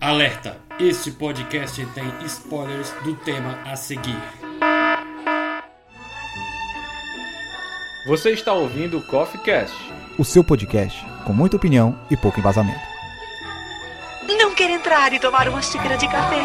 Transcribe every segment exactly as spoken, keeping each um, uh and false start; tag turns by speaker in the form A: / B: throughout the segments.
A: Alerta! Este podcast tem spoilers do tema a seguir.
B: Você está ouvindo o Coffee Cast,
C: o seu podcast com muita opinião e pouco embasamento.
D: Não quer entrar e tomar uma xícara de café?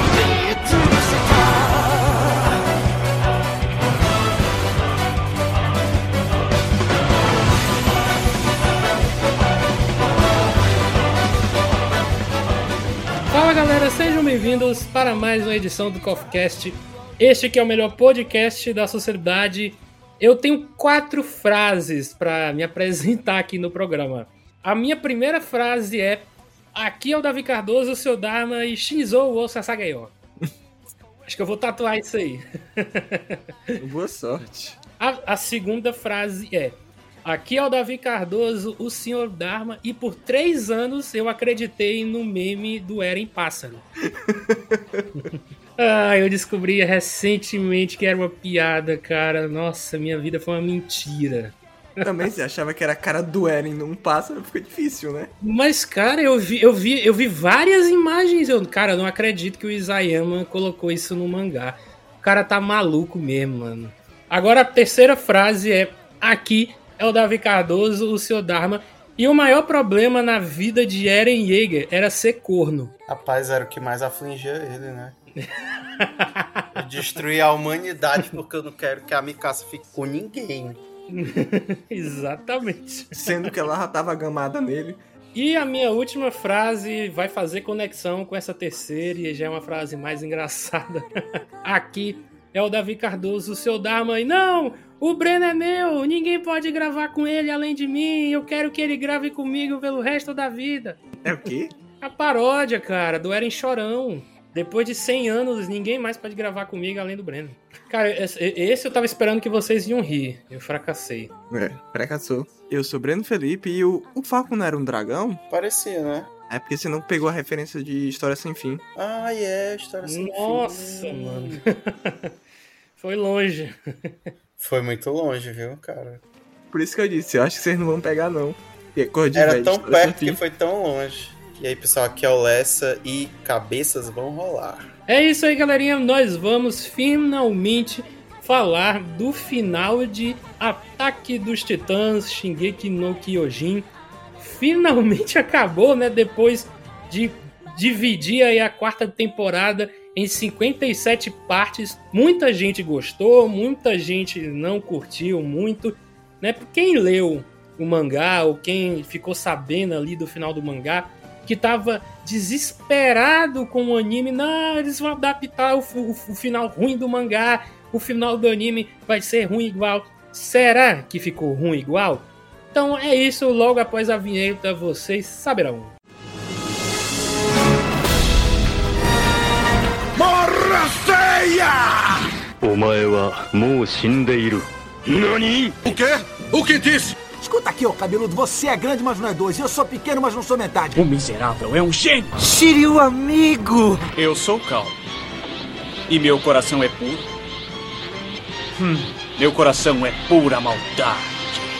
A: Fala galera, sejam bem-vindos para mais uma edição do Coffee Cast. Este que é o melhor podcast da sociedade. Eu tenho quatro frases para me apresentar aqui no programa. A minha primeira frase é: aqui é o Davi Cardoso, o seu Dharma e Shinzou ou Sasageyo. Acho que eu vou tatuar isso aí.
B: Boa sorte.
A: A, a segunda frase é: aqui é o Davi Cardoso, o senhor Dharma, e por três anos eu acreditei no meme do Eren Pássaro. Ah, eu descobri recentemente que era uma piada, cara. Nossa, minha vida foi uma mentira.
B: Também você achava que era a cara do Eren num pássaro, fica difícil, né?
A: Mas, cara, eu vi, eu vi, eu vi várias imagens. Eu, cara, eu não acredito que o Isayama colocou isso no mangá. O cara tá maluco mesmo, mano. Agora a terceira frase é: aqui é o Davi Cardoso, o seu Dharma. E o maior problema na vida de Eren Yeager era ser corno.
E: Rapaz, era o que mais afligia ele, né? Destruir a humanidade porque eu não quero que a Mikasa fique com ninguém.
A: Exatamente.
B: Sendo que ela já tava gamada nele.
A: E a minha última frase vai fazer conexão com essa terceira e já é uma frase mais engraçada. Aqui é o Davi Cardoso, o seu Dharma. E não, o Breno é meu, ninguém pode gravar com ele além de mim. Eu quero que ele grave comigo pelo resto da vida.
B: É o quê?
A: A paródia, cara, do Eren Chorão. Depois de cem anos, ninguém mais pode gravar comigo além do Breno. Cara, esse eu tava esperando que vocês iam rir. Eu fracassei.
B: É, fracassou. Eu sou Breno Felipe e o, o Falco não era um dragão?
E: Parecia, né?
B: É porque você não pegou a referência de História Sem Fim.
E: Ah, é, História Sem Fim.
A: Nossa, mano. Foi longe.
E: Foi muito longe, viu, cara?
B: Por isso que eu disse, eu acho que vocês não vão pegar, não. É cor de
E: Era
B: velho,
E: tão
B: História Sem
E: perto
B: Fim.
E: que foi tão longe. E aí, pessoal, aqui é o Lessa e cabeças vão rolar.
A: É isso aí, galerinha. Nós vamos finalmente falar do final de Ataque dos Titãs, Shingeki no Kyojin. Finalmente acabou, né? Depois de dividir aí a quarta temporada em cinquenta e sete partes. Muita gente gostou, muita gente não curtiu muito, né? Quem leu o mangá ou quem ficou sabendo ali do final do mangá, que tava desesperado com o anime, não, eles vão adaptar o, o, o final ruim do mangá, o final do anime vai ser ruim igual. Será que ficou ruim igual? Então é isso, logo após a vinheta vocês saberão.
F: Morra feia! Omae wa mou shindeiru. Nani? O quê? O que disse?
G: Escuta aqui, ô cabeludo, você é grande, mas não é dois. Eu sou pequeno, mas não sou metade.
F: O miserável é um gênio!
G: Shiryu, amigo!
H: Eu sou calmo. E meu coração é puro. Hum, meu coração é pura maldade.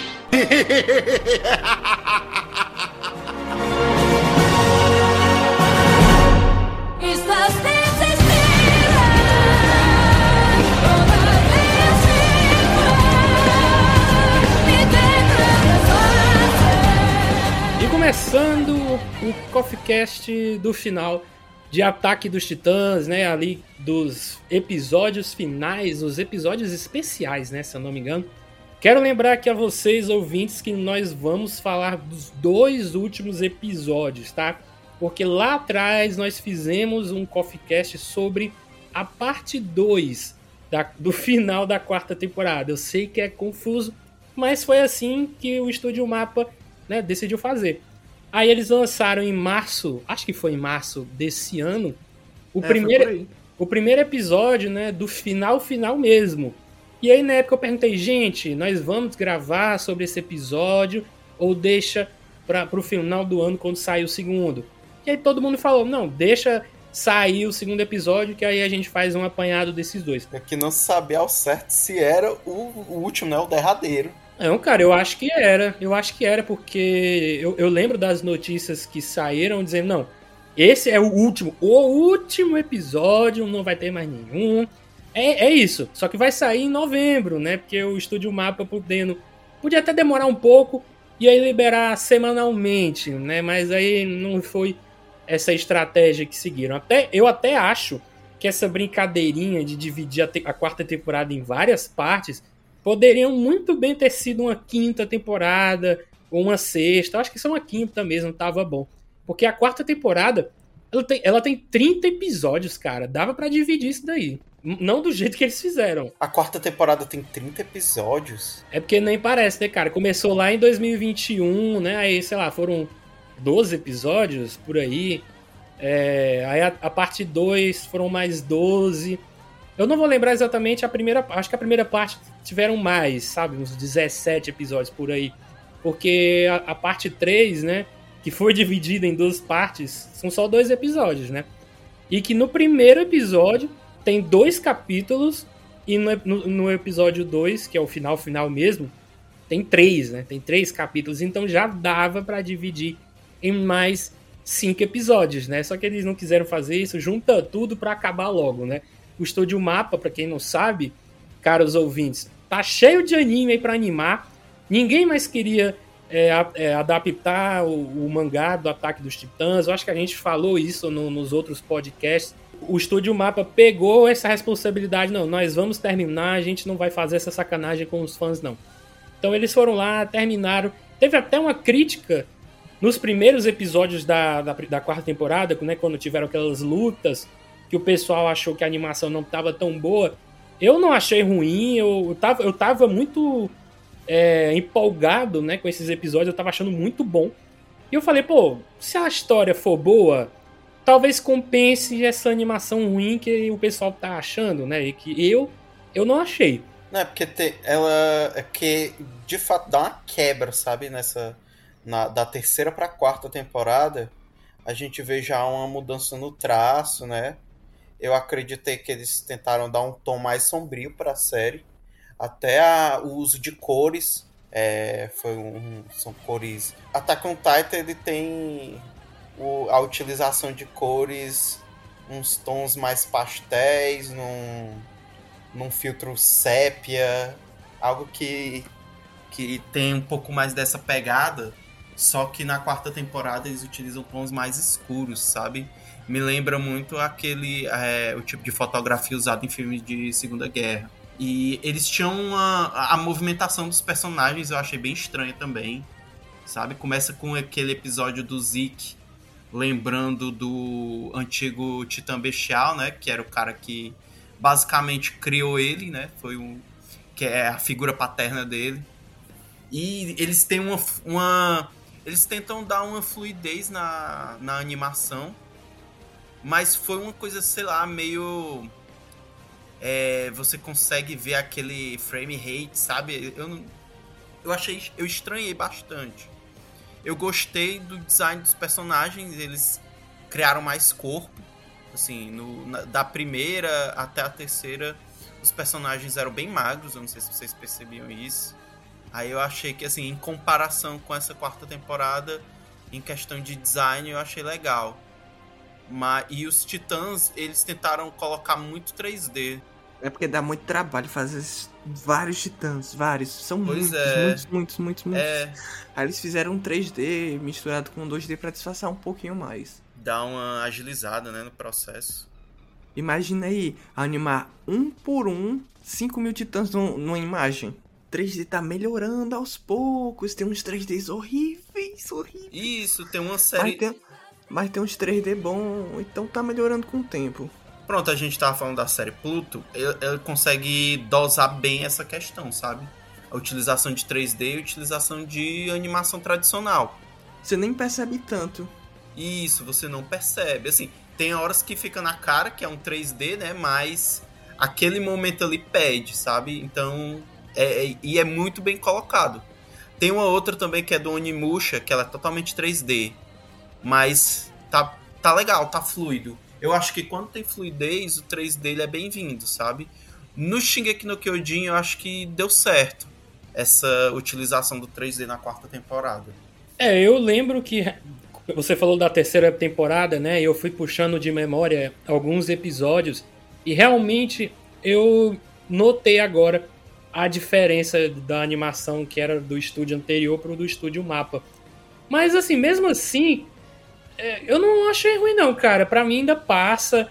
A: Começando o Coffee Cast do final de Ataque dos Titãs, né, ali dos episódios finais, os episódios especiais, né, se eu não me engano. Quero lembrar aqui a vocês, ouvintes, que nós vamos falar dos dois últimos episódios, tá? Porque lá atrás nós fizemos um Coffee Cast sobre a parte dois da, do final da quarta temporada. Eu sei que é confuso, mas foi assim que o Estúdio Mapa, né, decidiu fazer. Aí eles lançaram em março, acho que foi em março desse ano, o,
B: é,
A: primeiro, o primeiro episódio, né, do final final mesmo. E aí na época eu perguntei, gente, nós vamos gravar sobre esse episódio ou deixa para pro final do ano quando sair o segundo? E aí todo mundo falou, não, deixa sair o segundo episódio que aí a gente faz um apanhado desses dois.
E: É que não se sabia ao certo se era o, o último, né, o derradeiro.
A: Não, cara, eu acho que era. Eu acho que era porque eu, eu lembro das notícias que saíram dizendo, não, esse é o último, o último episódio, não vai ter mais nenhum. É, é isso, só que vai sair em novembro, né? Porque o Estúdio Mapa podendo, podia até demorar um pouco e aí liberar semanalmente, né? Mas aí não foi essa estratégia que seguiram. Até, eu até acho que essa brincadeirinha de dividir a, te- a quarta temporada em várias partes poderiam muito bem ter sido uma quinta temporada ou uma sexta. Eu acho que só uma quinta mesmo tava bom. Porque a quarta temporada, ela tem, ela tem trinta episódios, cara. Dava pra dividir isso daí. N- Não do jeito que eles fizeram.
E: A quarta temporada tem trinta episódios?
A: É porque nem parece, né, cara? Começou lá em dois mil e vinte e um, né? Aí, sei lá, foram doze episódios por aí. É, aí a, a parte dois foram mais doze. Eu não vou lembrar exatamente a primeira... Acho que a primeira parte tiveram mais, sabe? Uns dezessete episódios por aí. Porque a, a parte três, né? Que foi dividida em duas partes, são só dois episódios, né? E que no primeiro episódio tem dois capítulos e no, no, no episódio dois, que é o final final mesmo, tem três, né? Tem três capítulos, então já dava pra dividir em mais cinco episódios, né? Só que eles não quiseram fazer isso, junta tudo pra acabar logo, né? O Estúdio Mapa, pra quem não sabe, caros ouvintes, tá cheio de anime aí pra animar. Ninguém mais queria é, a- é, adaptar o, o mangá do Ataque dos Titãs. Eu acho que a gente falou isso no- nos outros podcasts. O Estúdio Mapa pegou essa responsabilidade. Não, nós vamos terminar, a gente não vai fazer essa sacanagem com os fãs, não. Então eles foram lá, terminaram. Teve até uma crítica nos primeiros episódios da, da, da quarta temporada, né, quando tiveram aquelas lutas, que o pessoal achou que a animação não estava tão boa. Eu não achei ruim, eu, eu, tava, eu tava muito é, empolgado, né, com esses episódios, eu tava achando muito bom. E eu falei, pô, se a história for boa, talvez compense essa animação ruim que o pessoal tá achando, né, e que eu, eu não achei.
E: Não, é porque te- ela. É que de fato dá uma quebra, sabe? Nessa. Na, da terceira pra quarta temporada, a gente vê já uma mudança no traço, né? Eu acreditei que eles tentaram dar um tom mais sombrio pra série. Até a- o uso de cores. É, foi um, são cores. Attack on Titan ele tem o- a utilização de cores, uns tons mais pastéis, num, num filtro sépia, algo que, que tem um pouco mais dessa pegada, só que na quarta temporada eles utilizam tons mais escuros, sabe? Me lembra muito aquele é, o tipo de fotografia usado em filmes de Segunda Guerra. E eles tinham uma, a movimentação dos personagens, eu achei bem estranha também, sabe? Começa com aquele episódio do Zeke, lembrando do antigo Titã Bestial, né? Que era o cara que basicamente criou ele, né? Foi um, que é a figura paterna dele. E eles têm uma, uma eles tentam dar uma fluidez na, na animação, mas foi uma coisa, sei lá, meio é, você consegue ver aquele frame rate, sabe? Eu não, eu achei, eu estranhei bastante. Eu gostei do design dos personagens, eles criaram mais corpo. Assim, no, na, da primeira até a terceira, os personagens eram bem magros, eu não sei se vocês percebiam isso. Aí eu achei que, assim, em comparação com essa quarta temporada, em questão de design, eu achei legal. Mas, e os Titãs, eles tentaram colocar muito três D.
B: É porque dá muito trabalho fazer esses vários titãs, vários. São
E: Pois
B: muitos,
E: é.
B: muitos, muitos, muitos, muitos.
E: É,
B: Aí eles fizeram um três D misturado com dois D pra disfarçar um pouquinho mais.
E: dá uma agilizada, né, no processo.
B: Imagina aí, animar um por um, cinco mil titãs num- numa imagem. três D tá melhorando aos poucos, tem uns três Ds horríveis, horríveis.
E: Isso, tem uma
B: Mas
E: série...
B: tem, mas tem uns três D bom, então tá melhorando com o tempo.
E: Pronto, a gente tava falando da série Pluto, ele, ele consegue dosar bem essa questão, sabe? A utilização de três D e a utilização de animação tradicional.
B: Você nem percebe tanto.
E: Isso, você não percebe. Assim, tem horas que fica na cara que é um três D, né? Mas aquele momento ali pede, sabe? Então, é, é- e é muito bem colocado. Tem uma outra também que é do Onimusha, que ela é totalmente três D. Mas tá, tá legal, tá fluido. Eu acho que quando tem fluidez, o três D ele é bem-vindo, sabe? No Shingeki no Kyojin, eu acho que deu certo essa utilização do três D na quarta temporada.
A: É, eu lembro que Você falou da terceira temporada, né? E eu fui puxando de memória alguns episódios e realmente eu notei agora a diferença da animação que era do estúdio anterior pro do estúdio Mapa. Mas assim, mesmo assim, eu não achei ruim não, cara. Pra mim ainda passa.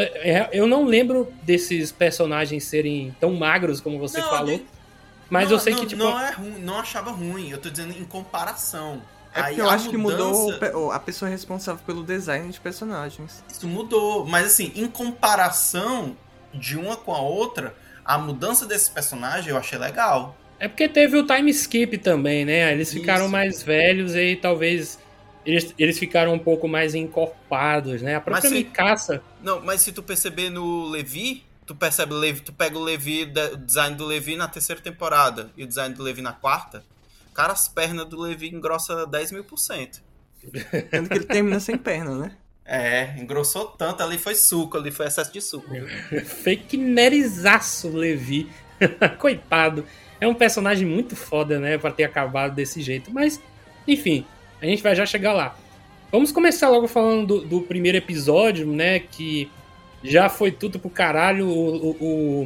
A: Eu não lembro desses personagens serem tão magros como você
I: não,
A: falou.
I: De...
A: Mas
I: não,
A: eu sei
I: não,
A: que tipo...
I: Não, é ruim, não achava ruim, eu tô dizendo em comparação.
B: É porque
I: Aí
B: eu acho
I: mudança...
B: que mudou a pessoa responsável pelo design de personagens.
I: Isso mudou, mas assim, em comparação de uma com a outra, a mudança desse personagem eu achei legal.
A: É porque teve o time skip também, né? Eles ficaram
I: Isso.
A: mais velhos e talvez eles, eles ficaram um pouco mais encorpados, né? A própria
I: Mas se-
A: Mikasa...
I: Não, mas se tu perceber no Levi, tu percebe o Levi, tu pega o Levi, o design do Levi na terceira temporada e o design do Levi na quarta, cara, as pernas do Levi engrossa dez mil por cento.
B: Tanto que ele termina sem perna, né?
I: É, engrossou tanto, ali foi suco, ali foi excesso de suco.
A: Fake nerizaço, Levi. Coitado. É um personagem muito foda, né? Pra ter acabado desse jeito. Mas, enfim, a gente vai já chegar lá. Vamos começar logo falando do, do primeiro episódio, né? Que já foi tudo pro caralho. O, o,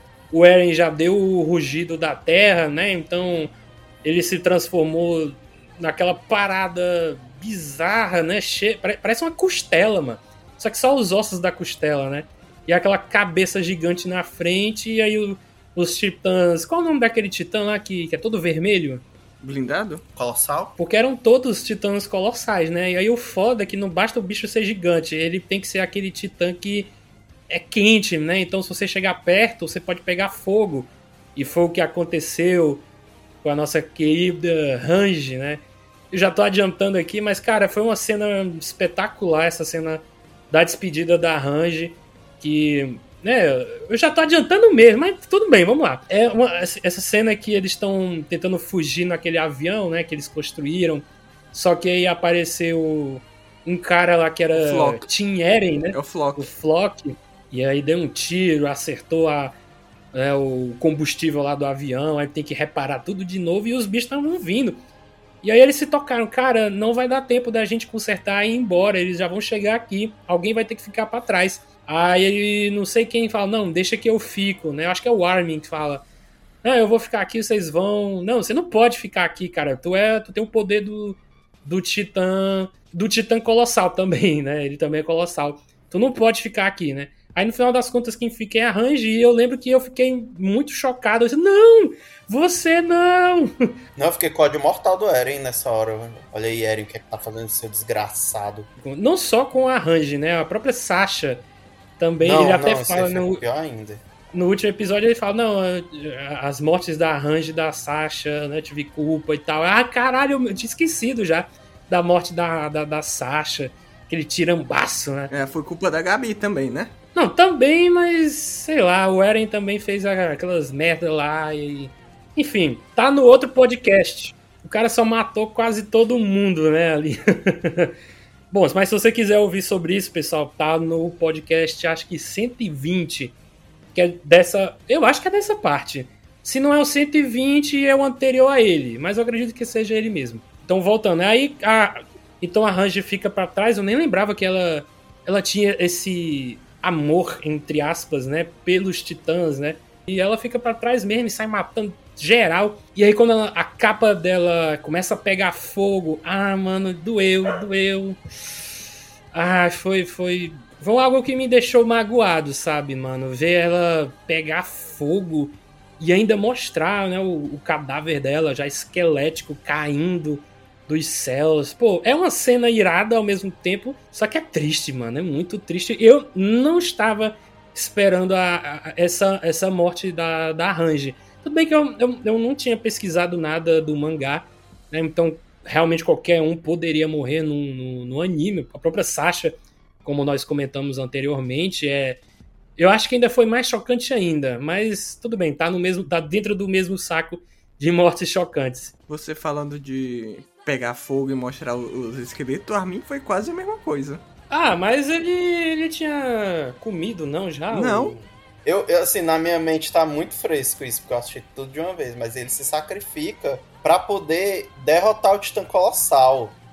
A: o Eren já deu o rugido da terra, né? Então ele se transformou naquela parada bizarra, né? Che... Parece uma costela, mano. Só que só os ossos da costela, né? E aquela cabeça gigante na frente. E aí o, os titãs... Qual é o nome daquele titã lá que, que é todo vermelho?
B: Blindado?
I: Colossal?
A: Porque eram todos titãs colossais, né? E aí o foda é que não basta o bicho ser gigante. Ele tem que ser aquele titã que é quente, né? Então se você chegar perto, você pode pegar fogo. E foi o que aconteceu com a nossa querida Range, né? Eu já tô adiantando aqui, mas, cara, foi uma cena espetacular, essa cena da despedida da Range, que, né, eu já tô adiantando mesmo, mas tudo bem, vamos lá. É uma, essa cena que eles estão tentando fugir naquele avião, né, que eles construíram, só que aí apareceu um cara lá que era
B: Flock.
A: Team Eren, né?
B: É o Flock.
A: O Flock, e aí deu um tiro, acertou a, é, o combustível lá do avião, aí tem que reparar tudo de novo, e os bichos estavam vindo. E aí eles se tocaram, cara, não vai dar tempo da gente consertar e ir embora, eles já vão chegar aqui, alguém vai ter que ficar pra trás. Aí ele, não sei quem fala, não, deixa que eu fico, né? Eu acho que é o Armin que fala, não, eu vou ficar aqui, vocês vão... Não, você não pode ficar aqui, cara, tu, é, tu tem o poder do, do titã, do titã colossal também, né? Ele também é colossal. Tu não pode ficar aqui, né? Aí no final das contas quem fica é a Range, e eu lembro que eu fiquei muito chocado, eu disse, não, você não!
E: Não, eu fiquei com ódio mortal do Eren nessa hora. Velho. Olha aí, Eren, o que é que tá fazendo, seu desgraçado?
A: Não só com a Range, né? A própria Sasha também,
E: não,
A: ele até
E: não,
A: fala no,
E: pior ainda.
A: no último episódio, ele fala, não, as mortes da Range e da Sasha, né, tive culpa e tal. Ah, caralho, eu tinha esquecido já da morte da, da, da Sasha, aquele tirambaço, né?
B: É, foi culpa da Gabi também, né?
A: Não, também, mas sei lá, o Eren também fez aquelas merdas lá e... Enfim, tá no outro podcast. O cara só matou quase todo mundo, né, ali. Bom, mas se você quiser ouvir sobre isso, pessoal, tá no podcast, acho que cento e vinte, que é dessa... Eu acho que é dessa parte. Se não é o cento e vinte, é o anterior a ele, mas eu acredito que seja ele mesmo. Então, voltando, aí a... Então a Range fica pra trás, eu nem lembrava que ela, ela tinha esse... amor, entre aspas, né, pelos titãs, né, e ela fica pra trás mesmo e sai matando geral, e aí quando ela, a capa dela começa a pegar fogo, ah, mano, doeu, doeu, ah, foi, foi, foi algo que me deixou magoado, sabe, mano, ver ela pegar fogo e ainda mostrar, né, o, o cadáver dela já esquelético caindo dos céus. Pô, é uma cena irada ao mesmo tempo, só que é triste, mano, é muito triste. Eu não estava esperando a, a, essa, essa morte da, da Range. Tudo bem que eu, eu, eu não tinha pesquisado nada do mangá, né, então realmente qualquer um poderia morrer no, no, no anime. A própria Sasha, como nós comentamos anteriormente, é... eu acho que ainda foi mais chocante ainda, mas tudo bem, tá, no mesmo, tá dentro do mesmo saco de mortes chocantes.
B: Você falando de pegar fogo e mostrar os esqueletos, o Armin foi quase a mesma coisa.
A: Ah, mas ele, ele tinha comido, não, já?
B: Não.
A: Ou...
E: Eu, eu, assim, na minha mente tá muito fresco isso, porque eu assisti tudo de uma vez, mas ele se sacrifica pra poder derrotar o Titã Colossal.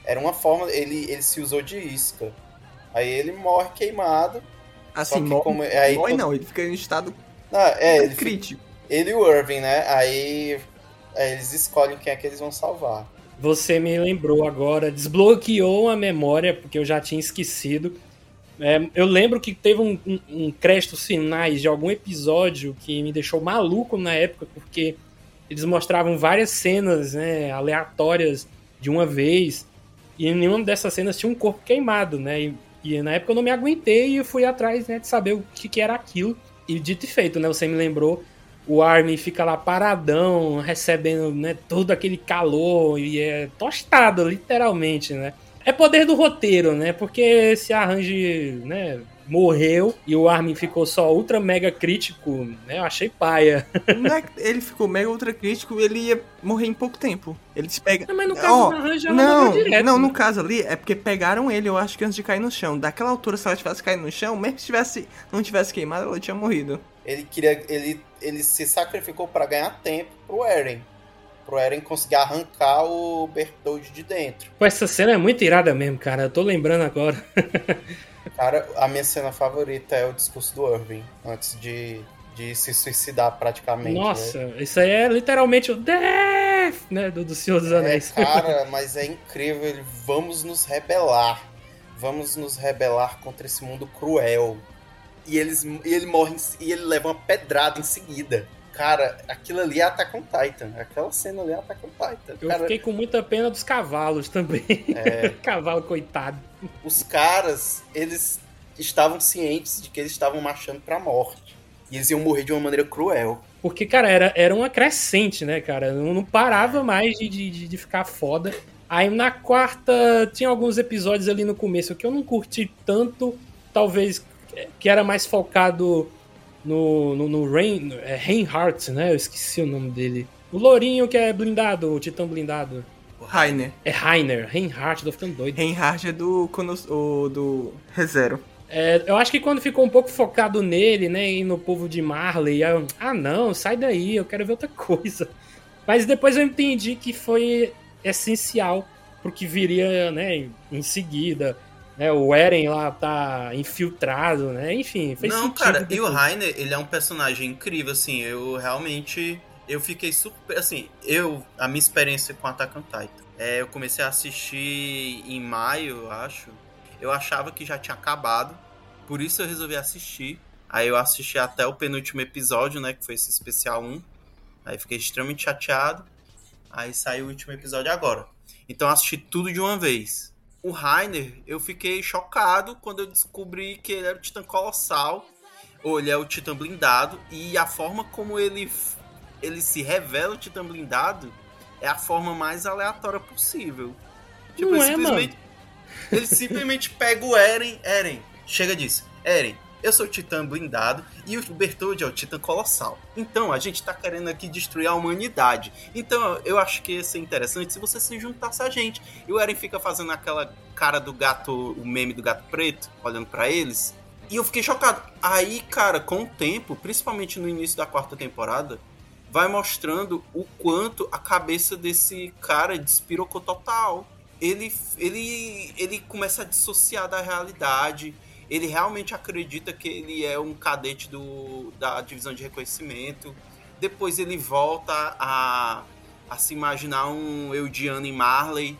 E: Era uma forma, ele, ele se usou de isca. Aí ele morre queimado.
B: Assim,
E: só que
B: morre,
E: como, aí
B: morre
E: todo...
B: não, ele fica em estado
E: ah, é, ele
B: crítico.
E: Fica... Ele e o Irving, né? Aí, aí eles escolhem quem é que eles vão salvar.
A: Você me lembrou agora, desbloqueou a memória, porque eu já tinha esquecido. É, eu lembro que teve um, um, um créditos finais de algum episódio que me deixou maluco na época, porque eles mostravam várias cenas, né, aleatórias de uma vez, e em nenhuma dessas cenas tinha um corpo queimado, né? E, e na época eu não me aguentei e fui atrás, né, de saber o que, que era aquilo. E dito e feito, né? Você me lembrou. O Armin fica lá paradão, recebendo, né, todo aquele calor e é tostado, literalmente, né? É poder do roteiro, né? Porque esse Arrange, né, morreu e o Armin ficou só ultra mega crítico, né? Eu achei paia.
B: Não é que ele ficou mega ultra crítico, ele ia morrer em pouco tempo. Eles pegam.
A: Não, mas no caso
B: oh,
A: do Arrange ela
B: não,
A: morreu direto.
B: Não,
A: né?
B: no caso ali é porque pegaram ele, eu acho que antes de cair no chão. Daquela altura, se ela tivesse caído no chão, mesmo se tivesse, não tivesse queimado, ela tinha morrido.
E: Ele queria. Ele, ele se sacrificou pra ganhar tempo pro Eren. Pro Eren conseguir arrancar o Bertholdt de dentro.
A: Pô, essa cena é muito irada mesmo, cara. Eu tô lembrando agora.
E: Cara, a minha cena favorita é o discurso do Irving, antes de, de se suicidar praticamente.
A: Nossa,
E: né?
A: isso aí é literalmente o Death, né, do, do Senhor dos Anéis.
E: É, cara, mas é incrível. Ele, vamos nos rebelar. Vamos nos rebelar contra esse mundo cruel. E, eles, e ele morre e ele leva uma pedrada em seguida. Cara, aquilo ali é Attack on Titan. Aquela cena ali é Attack on Titan.
A: Eu
E: cara,
A: fiquei com muita pena dos cavalos também.
E: É...
A: Cavalo, coitado.
E: Os caras, eles estavam cientes de que eles estavam marchando pra morte. E eles iam morrer de uma maneira cruel.
A: Porque, cara, era, era uma crescente, né, cara? Não, não parava mais de, de, de ficar foda. Aí na quarta, tinha alguns episódios ali no começo que eu não curti tanto. Talvez que era mais focado no, no, no Rain, é Reinhardt, né? Eu esqueci o nome dele. O lourinho que é blindado, o titã blindado.
B: O Rainer.
A: É Rainer, Reinhardt, tô ficando doido.
B: Reinhardt é do, o, do ReZero.
A: É, eu acho que quando ficou um pouco focado nele, né, e no povo de Marley, eu, ah não, sai daí, eu quero ver outra coisa. Mas depois eu entendi que foi essencial pro que viria, né, em seguida. Né, o Eren lá tá infiltrado, né? Enfim, fez
I: Não,
A: sentido.
I: cara,
A: depois.
I: e o Rainer, ele é um personagem incrível, assim, eu realmente, eu fiquei super, assim, eu, a minha experiência com Attack on Titan, é, eu comecei a assistir em maio, eu acho, eu achava que já tinha acabado, por isso eu resolvi assistir, aí eu assisti até o penúltimo episódio, né, que foi esse especial um, aí fiquei extremamente chateado, aí saiu o último episódio agora, então eu assisti tudo de uma vez. O Rainer, eu fiquei chocado quando eu descobri que ele era o Titã Colossal, ou ele é o Titã Blindado, e a forma como ele, ele se revela o Titã Blindado é a forma mais aleatória possível. Tipo,
A: Não
I: ele,
A: é,
I: simplesmente, ele simplesmente pega o Eren, Eren, chega disso, Eren, eu sou o Titã Blindado e o Bertholdt é o Titã Colossal. Então, a gente tá querendo aqui destruir a humanidade. Então, eu acho que ia ser interessante se você se juntasse a gente. E o Eren fica fazendo aquela cara do gato, o meme do gato preto, olhando pra eles. E eu fiquei chocado. Aí, cara, com o tempo, principalmente no início da quarta temporada, vai mostrando o quanto a cabeça desse cara despirocou total. Ele, ele, ele começa a dissociar da realidade. Ele realmente acredita que ele é um cadete do, da divisão de reconhecimento. Depois ele volta a, a se imaginar um Eldiano em Marley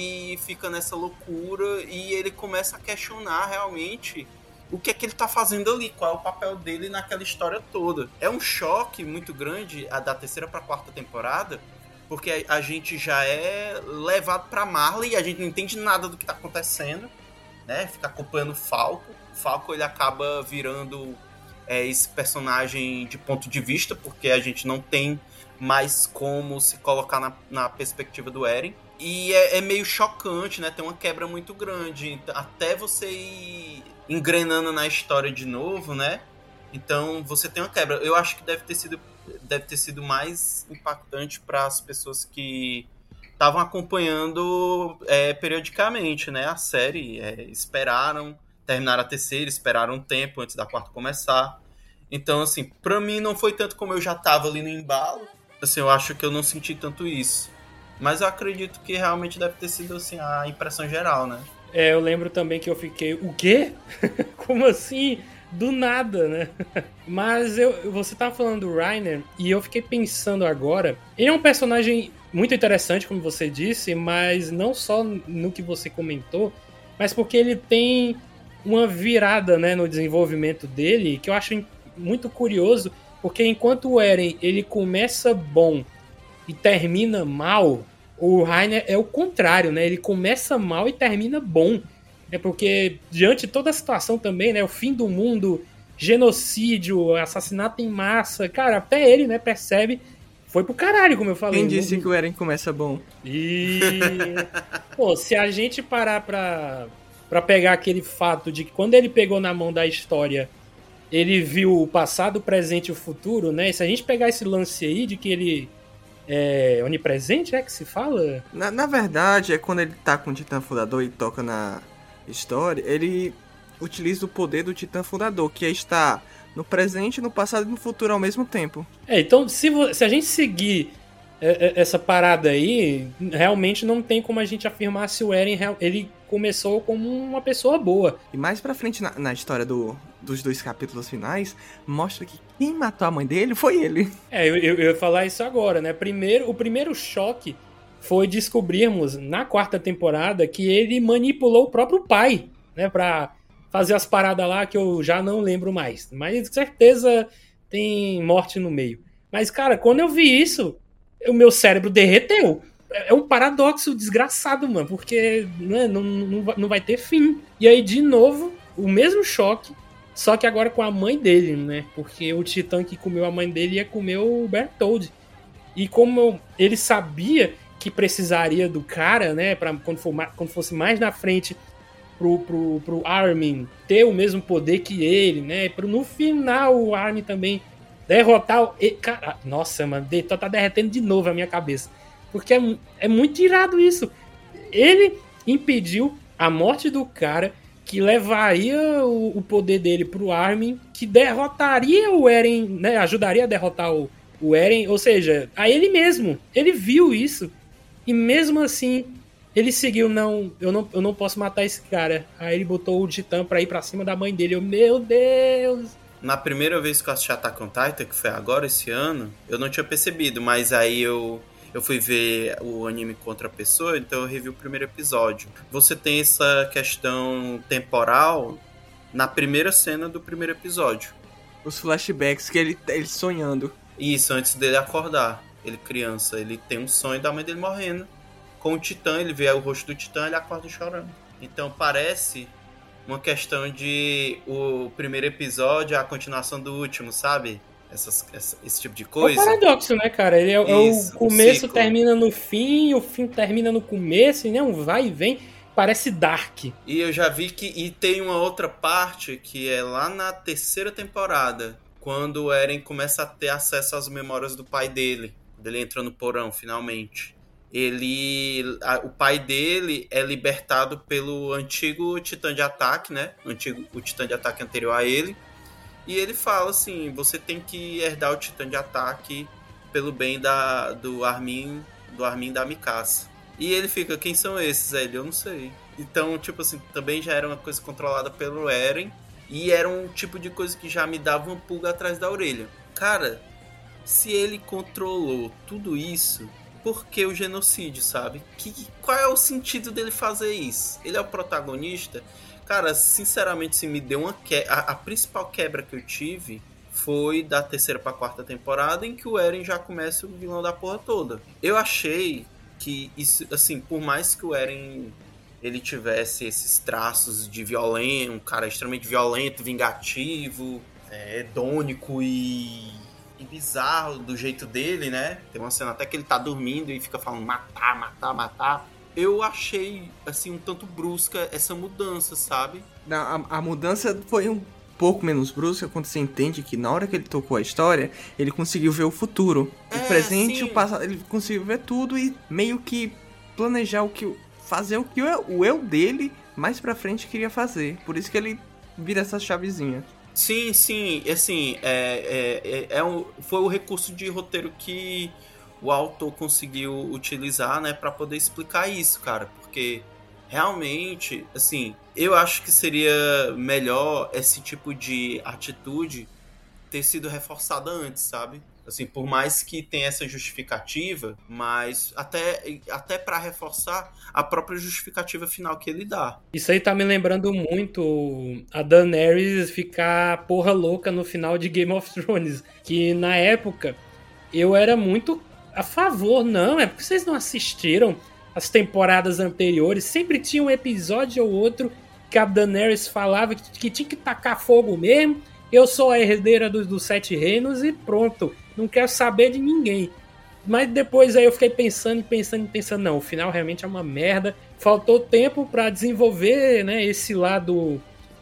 I: e fica nessa loucura e ele começa a questionar realmente o que é que ele tá fazendo ali, qual é o papel dele naquela história toda. É um choque muito grande a da terceira para a quarta temporada, porque a gente já é levado para Marley e a gente não entende nada do que tá acontecendo. Né, fica acompanhando o Falco. O Falco ele acaba virando é, esse personagem de ponto de vista, porque a gente não tem mais como se colocar na, na perspectiva do Eren. E é, é meio chocante, né? Tem uma quebra muito grande. Até você ir engrenando na história de novo, né? Então você tem uma quebra. Eu acho que deve ter sido, deve ter sido mais impactante para as pessoas que estavam acompanhando é, periodicamente, né, a série, é, esperaram terminar a terceira, esperaram um tempo antes da quarta começar. Então, assim, pra mim não foi tanto como eu já tava ali no embalo. Assim, eu acho que eu não senti tanto isso. Mas eu acredito que realmente deve ter sido assim a impressão geral, né?
A: É, eu lembro também que eu fiquei, o quê? Como assim? Do nada, né? Mas eu, você tava falando do Reiner e eu fiquei pensando agora. Ele é um personagem muito interessante, como você disse, mas não só no que você comentou, mas porque ele tem uma virada, né, no desenvolvimento dele, que eu acho muito curioso, porque enquanto o Eren ele começa bom e termina mal, o Reiner é o contrário, né? Ele começa mal e termina bom. É porque, diante de toda a situação também, né? O fim do mundo, genocídio, assassinato em massa, cara, até ele, né, percebe, foi pro caralho, como eu falei.
B: Quem disse que o Eren começa bom?
A: E... Pô, se a gente parar pra, pra pegar aquele fato de que quando ele pegou na mão da história, ele viu o passado, o presente e o futuro, né? E se a gente pegar esse lance aí de que ele é onipresente, é que se fala?
B: Na, na verdade, é quando ele tá com o Titã Fundador e toca na história, ele utiliza o poder do Titã Fundador, que é estar no presente, no passado e no futuro ao mesmo tempo.
A: É, então se, se a gente seguir é, é, essa parada aí, realmente não tem como a gente afirmar se o Eren ele começou como uma pessoa boa.
B: E mais pra frente na, na história do, dos dois capítulos finais, mostra que quem matou a mãe dele foi ele.
A: É, eu, eu, eu ia falar isso agora, né? Primeiro, o primeiro choque foi descobrirmos na quarta temporada que ele manipulou o próprio pai, né, pra fazer as paradas lá que eu já não lembro mais. Mas com certeza tem morte no meio. Mas, cara, quando eu vi isso, o meu cérebro derreteu. É um paradoxo desgraçado, mano, porque né, não, não, não vai ter fim. E aí, de novo, o mesmo choque, só que agora com a mãe dele, né? Porque o Titã que comeu a mãe dele ia comer o Bertholdt. E como ele sabia que precisaria do cara, né, pra quando, for, quando fosse mais na frente pro, pro, pro Armin ter o mesmo poder que ele, né, pro no final o Armin também derrotar o... E, cara, nossa, mano, tá derretendo de novo a minha cabeça, porque é, é muito irado isso. Ele impediu a morte do cara que levaria o, o poder dele pro Armin, que derrotaria o Eren, né, ajudaria a derrotar o, o Eren, ou seja, a ele mesmo. Ele viu isso. E mesmo assim, ele seguiu, não eu, não, eu não posso matar esse cara. Aí ele botou o Titã pra ir pra cima da mãe dele. Eu, meu Deus!
I: Na primeira vez que eu assisti Attack on Titan, que foi agora, esse ano, eu não tinha percebido, mas aí eu, eu fui ver o anime com outra pessoa, então eu revi o primeiro episódio. Você tem essa questão temporal na primeira cena do primeiro episódio.
B: Os flashbacks que ele, ele sonhando.
I: Isso, antes dele acordar. Ele criança, ele tem um sonho da mãe dele morrendo. Com o Titã, ele vê o rosto do Titã, ele acorda chorando. Então parece uma questão de o primeiro episódio é a continuação do último, sabe? Essas, essa, esse tipo de coisa.
A: É um paradoxo, né, cara? Ele é, Isso, o começo um termina no fim, o fim termina no começo, né? Um vai e vem. Parece Dark.
I: E eu já vi que... E tem uma outra parte que é lá na terceira temporada, quando o Eren começa a ter acesso às memórias do pai dele. Ele entra no porão, finalmente. Ele... A, o pai dele é libertado pelo antigo Titã de Ataque, né? O, antigo, o Titã de Ataque anterior a ele. E ele fala assim, você tem que herdar o Titã de Ataque pelo bem da, do Armin, do Armin da Mikasa. E ele fica, quem são esses? Ele, eu não sei. Então, tipo assim, também já era uma coisa controlada pelo Eren. E era um tipo de coisa que já me dava uma pulga atrás da orelha. Cara... Se ele controlou tudo isso, por que o genocídio, sabe? Que, qual é o sentido dele fazer isso? Ele é o protagonista? Cara, sinceramente, se me deu uma que... a, a principal quebra que eu tive foi da terceira pra quarta temporada, em que o Eren já começa o vilão da porra toda. Eu achei que isso, assim, por mais que o Eren ele tivesse esses traços de violento, um cara extremamente violento, vingativo, é, hedônico e... e bizarro do jeito dele, né? Tem uma cena até que ele tá dormindo e fica falando matar, matar, matar. Eu achei, assim, um tanto brusca essa mudança, sabe?
B: A, a mudança foi um pouco menos brusca quando você entende que na hora que ele tocou a história, ele conseguiu ver o futuro. É, o presente e o passado. Ele conseguiu ver tudo e meio que planejar o que... fazer o que o, o eu dele mais pra frente queria fazer. Por isso que ele vira essa chavezinha.
I: Sim, sim, assim, é, é, é, é um, foi o recurso de roteiro que o autor conseguiu utilizar, né, para poder explicar isso, cara, porque realmente, assim, eu acho que seria melhor esse tipo de atitude ter sido reforçada antes, sabe? Assim, por mais que tenha essa justificativa, mas até, até para reforçar a própria justificativa final que ele dá.
A: Isso aí tá me lembrando muito a Daenerys ficar porra louca no final de Game of Thrones, que na época eu era muito a favor, não, é porque vocês não assistiram as temporadas anteriores, sempre tinha um episódio ou outro que a Daenerys falava que, que tinha que tacar fogo mesmo, eu sou a herdeira dos, dos Sete Reinos e pronto, não quero saber de ninguém. Mas depois aí eu fiquei pensando e pensando e pensando, não, o final realmente é uma merda, faltou tempo pra desenvolver, né, esse lado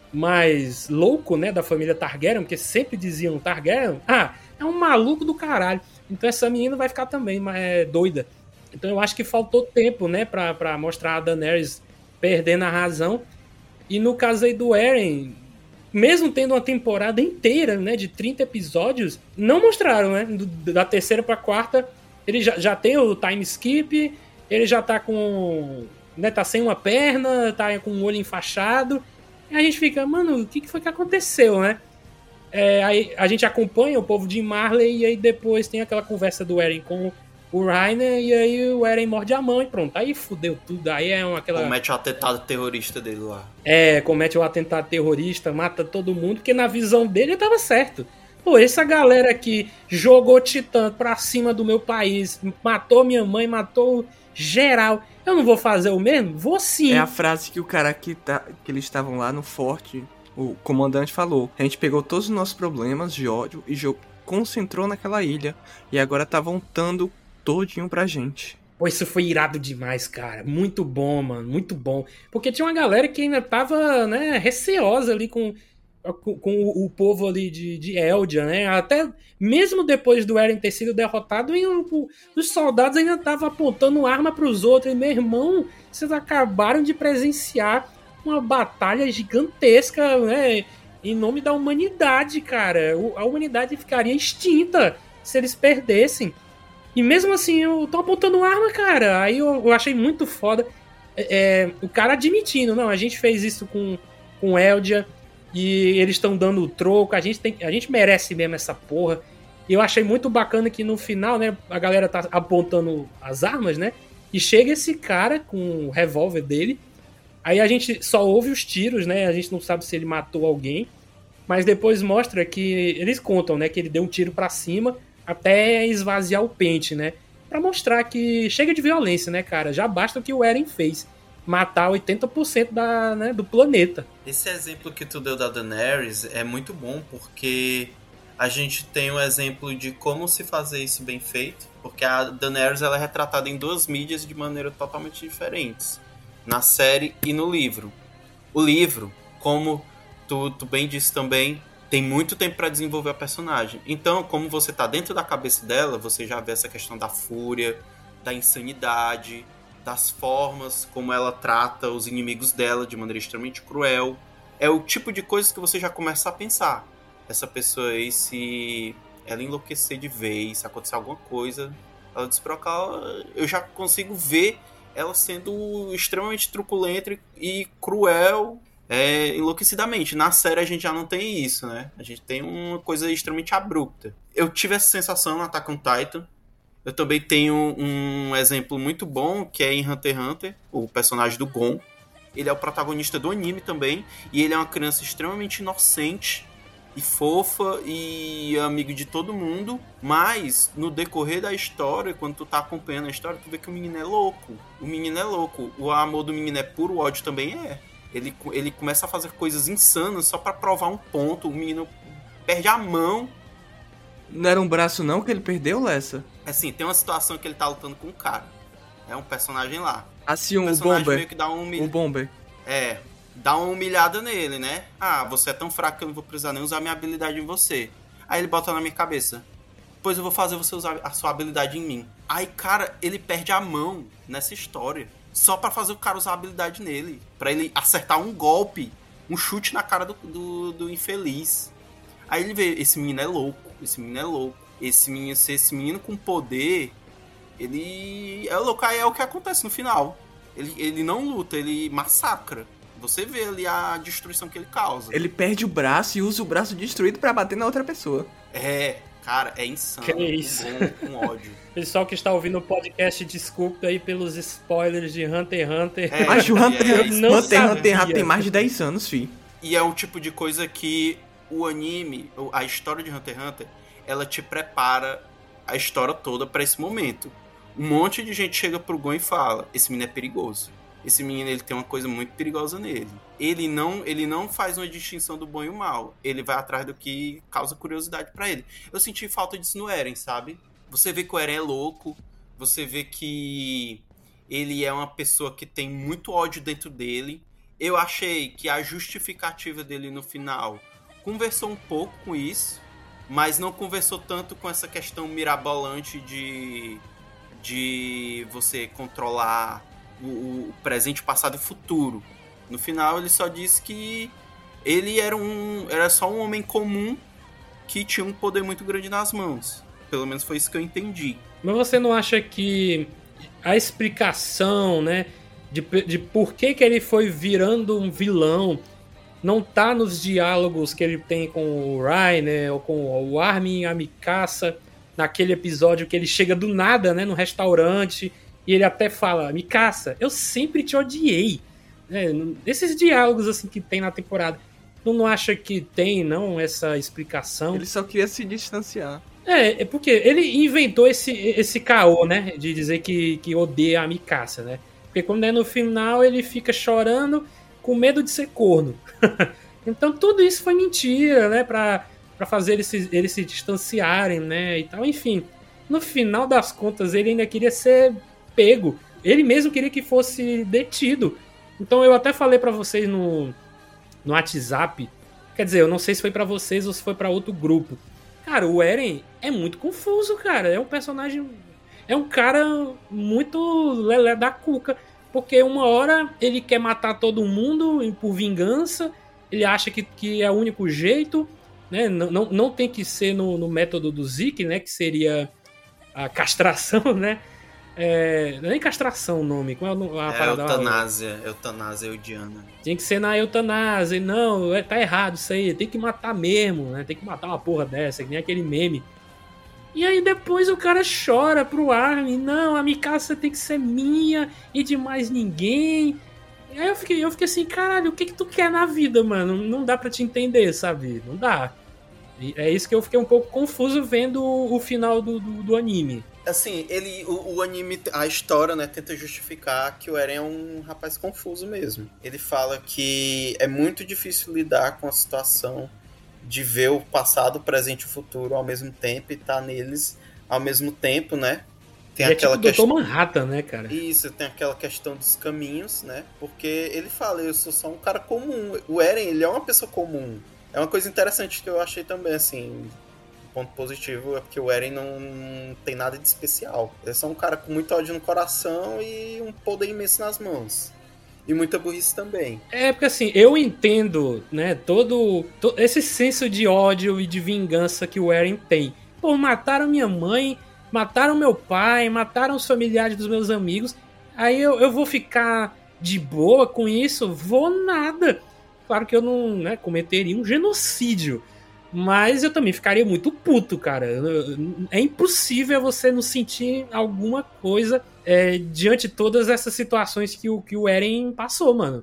A: mais louco, né, da família Targaryen, porque sempre diziam Targaryen, ah, é um maluco do caralho, então essa menina vai ficar também é, doida. Então eu acho que faltou tempo, né, pra, pra mostrar a Daenerys perdendo a razão. E no caso aí do Eren, mesmo tendo uma temporada inteira, né, de trinta episódios, não mostraram, né, do, da terceira pra quarta, ele já, já tem o time skip, ele já tá com, né, tá sem uma perna, tá com o olho enfaixado, e a gente fica, mano, o que, que foi que aconteceu, né? É, aí a gente acompanha o povo de Marley e aí depois tem aquela conversa do Eren com o Reiner, e aí o Eren morde a mão e pronto, aí fudeu tudo, aí é uma, aquela...
I: Comete o atentado terrorista dele lá.
A: É, comete o atentado terrorista, mata todo mundo, porque na visão dele ele tava certo. Pô, essa galera que jogou Titã pra cima do meu país, matou minha mãe, matou geral, eu não vou fazer o mesmo? Vou sim.
B: É a frase que o cara que, tá, que eles estavam lá no forte, o comandante falou, a gente pegou todos os nossos problemas de ódio e concentrou naquela ilha, e agora tá voltando todinho pra gente.
A: Pô, isso foi irado demais, cara. Muito bom, mano. Muito bom. Porque tinha uma galera que ainda tava, né, receosa ali com, com, com o, o povo ali de, de Eldia, né? Até mesmo depois do Eren ter sido derrotado, o, os soldados ainda estavam apontando arma pros outros. E, meu irmão, vocês acabaram de presenciar uma batalha gigantesca, né? Em nome da humanidade, cara. A humanidade ficaria extinta se eles perdessem. E mesmo assim, eu tô apontando arma, cara. Aí eu, eu achei muito foda. É, o cara admitindo, não, a gente fez isso com, com Eldia e eles estão dando o troco, a gente, tem, a gente merece mesmo essa porra. E eu achei muito bacana que no final, né, a galera tá apontando as armas, né? E chega esse cara com o revólver dele. Aí a gente só ouve os tiros, né? A gente não sabe se ele matou alguém. Mas depois mostra que eles contam, né? Que ele deu um tiro pra cima até esvaziar o pente, né? Pra mostrar que chega de violência, né, cara? Já basta o que o Eren fez. Matar oitenta por cento da, né, do planeta.
I: Esse exemplo que tu deu da Daenerys é muito bom, porque a gente tem um exemplo de como se fazer isso bem feito. Porque a Daenerys ela é retratada em duas mídias de maneira totalmente diferentes. Na série e no livro. O livro, como tu, tu bem disse também, tem muito tempo para desenvolver a personagem. Então, como você tá dentro da cabeça dela, você já vê essa questão da fúria, da insanidade, das formas como ela trata os inimigos dela de maneira extremamente cruel. É o tipo de coisa que você já começa a pensar. Essa pessoa aí, se ela enlouquecer de vez, se acontecer alguma coisa, ela desprocar, eu já consigo ver ela sendo extremamente truculenta e cruel, É, enlouquecidamente. Na série a gente já não tem isso, né? A gente tem uma coisa extremamente abrupta. Eu tive essa sensação no Attack on Titan. Eu também tenho um exemplo muito bom, que é em Hunter x Hunter, o personagem do Gon. Ele é o protagonista do anime também, e ele é uma criança extremamente inocente e fofa e amigo de todo mundo, mas no decorrer da história, quando tu tá acompanhando a história, tu vê que o menino é louco. O menino é louco. O amor do menino é puro, o ódio também é. Ele, ele começa a fazer coisas insanas só pra provar um ponto. O menino perde a mão.
B: Não era um braço não que ele perdeu, Lessa?
I: Assim, tem uma situação que ele tá lutando com um cara. É um personagem lá.
B: Assim,
I: um
B: o Bomber.
I: Meio que dá um humilha...
B: O Bomber.
I: É, dá uma humilhada nele, né? Ah, você é tão fraco que eu não vou precisar nem usar minha habilidade em você. Aí ele bota na minha cabeça. Pois eu vou fazer você usar a sua habilidade em mim. Aí, cara, ele perde a mão nessa história. Só pra fazer o cara usar a habilidade nele. Pra ele acertar um golpe, um chute na cara do, do, do infeliz. Aí ele vê, esse menino é louco, esse menino é louco. Esse menino, se esse menino com poder ele é louco, aí é o que acontece no final. Ele, ele não luta, ele massacra. Você vê ali a destruição que ele causa.
B: Ele perde o braço e usa o braço destruído pra bater na outra pessoa.
I: É, cara, é insano.
A: Que é isso?
I: Com, com ódio.
A: Pessoal que está ouvindo o podcast, desculpe aí pelos spoilers de Hunter x Hunter.
B: É, Acho que o Hunter,
A: é,
B: Hunter, Hunter, Hunter, Hunter tem mais de dez anos, fi.
I: E é o tipo de coisa que o anime, a história de Hunter x Hunter, ela te prepara a história toda pra esse momento. Um monte de gente chega pro Gon e fala, esse menino é perigoso. Esse menino, ele tem uma coisa muito perigosa nele. Ele não, ele não faz uma distinção do bom e o mal. Ele vai atrás do que causa curiosidade pra ele. Eu senti falta disso no Eren, sabe? Você vê que o Eren é louco. Você vê que ele é uma pessoa que tem muito ódio dentro dele. Eu achei que a justificativa dele no final conversou um pouco com isso, mas não conversou tanto com essa questão mirabolante de, de você controlar o, o presente, passado e futuro. No final ele só disse que ele era, um, era só um homem comum que tinha um poder muito grande nas mãos. Pelo menos foi isso que eu entendi.
A: Mas você não acha que a explicação, né, de, de por que, que ele foi virando um vilão não tá nos diálogos que ele tem com o Rai, né, ou com o Armin e a Mikasa, naquele episódio que ele chega do nada, né, no restaurante, e ele até fala, Mikasa, eu sempre te odiei. É, esses diálogos assim que tem na temporada, tu não acha que tem, não, essa explicação?
B: Ele só queria se distanciar.
A: É, é porque ele inventou esse, esse caô, né, de dizer que, que odeia a Mikasa, né? Porque quando é no final ele fica chorando com medo de ser corno. Então tudo isso foi mentira, né, pra, pra fazer eles se, eles se distanciarem, né, e tal. Enfim, no final das contas ele ainda queria ser pego. Ele mesmo queria que fosse detido. Então eu até falei pra vocês no, no WhatsApp, quer dizer, eu não sei se foi pra vocês ou se foi pra outro grupo. Cara, o Eren é muito confuso, cara. É um personagem... É um cara muito lelé da cuca. Porque uma hora ele quer matar todo mundo por vingança. Ele acha que, que é o único jeito, né? Não, não, não tem que ser no, no método do Zeke, né? Que seria a castração, né? É, não é nem castração o nome. Qual é a
I: é
A: parada?
I: Eutanásia. Eutanásia eudiana.
A: Tem que ser na eutanásia. Não, tá errado isso aí. Tem que matar mesmo, né? Tem que matar uma porra dessa, que nem aquele meme. E aí depois o cara chora pro Armin. Não, a Mikasa tem que ser minha e de mais ninguém. E aí eu fiquei, eu fiquei assim, caralho, o que que tu quer na vida, mano? Não dá pra te entender, sabe? Não dá. E é isso que eu fiquei um pouco confuso vendo o, o final do, do, do anime.
I: Assim, ele, o, o anime, a história, né, tenta justificar que o Eren é um rapaz confuso mesmo. Ele fala que é muito difícil lidar com a situação de ver o passado, o presente e o futuro ao mesmo tempo e tá neles ao mesmo tempo, né? Tem
A: e
I: aquela
A: é tipo
I: questão...
A: doutor Manhattan, né, cara?
I: Isso, tem aquela questão dos caminhos, né? Porque ele fala, eu sou só um cara comum. O Eren, ele é uma pessoa comum. É uma coisa interessante que eu achei também, assim... ponto positivo é porque o Eren não, não tem nada de especial. Ele é só um cara com muito ódio no coração e um poder imenso nas mãos. E muita burrice também.
A: É, porque assim, eu entendo, né, todo, todo esse senso de ódio e de vingança que o Eren tem. Pô, mataram minha mãe, mataram meu pai, mataram os familiares dos meus amigos. Aí eu, eu vou ficar de boa com isso? Vou nada. Claro que eu não, né, cometeria um genocídio. Mas eu também ficaria muito puto, cara. É impossível você não sentir alguma coisa é, diante de todas essas situações que o, que o Eren passou, mano.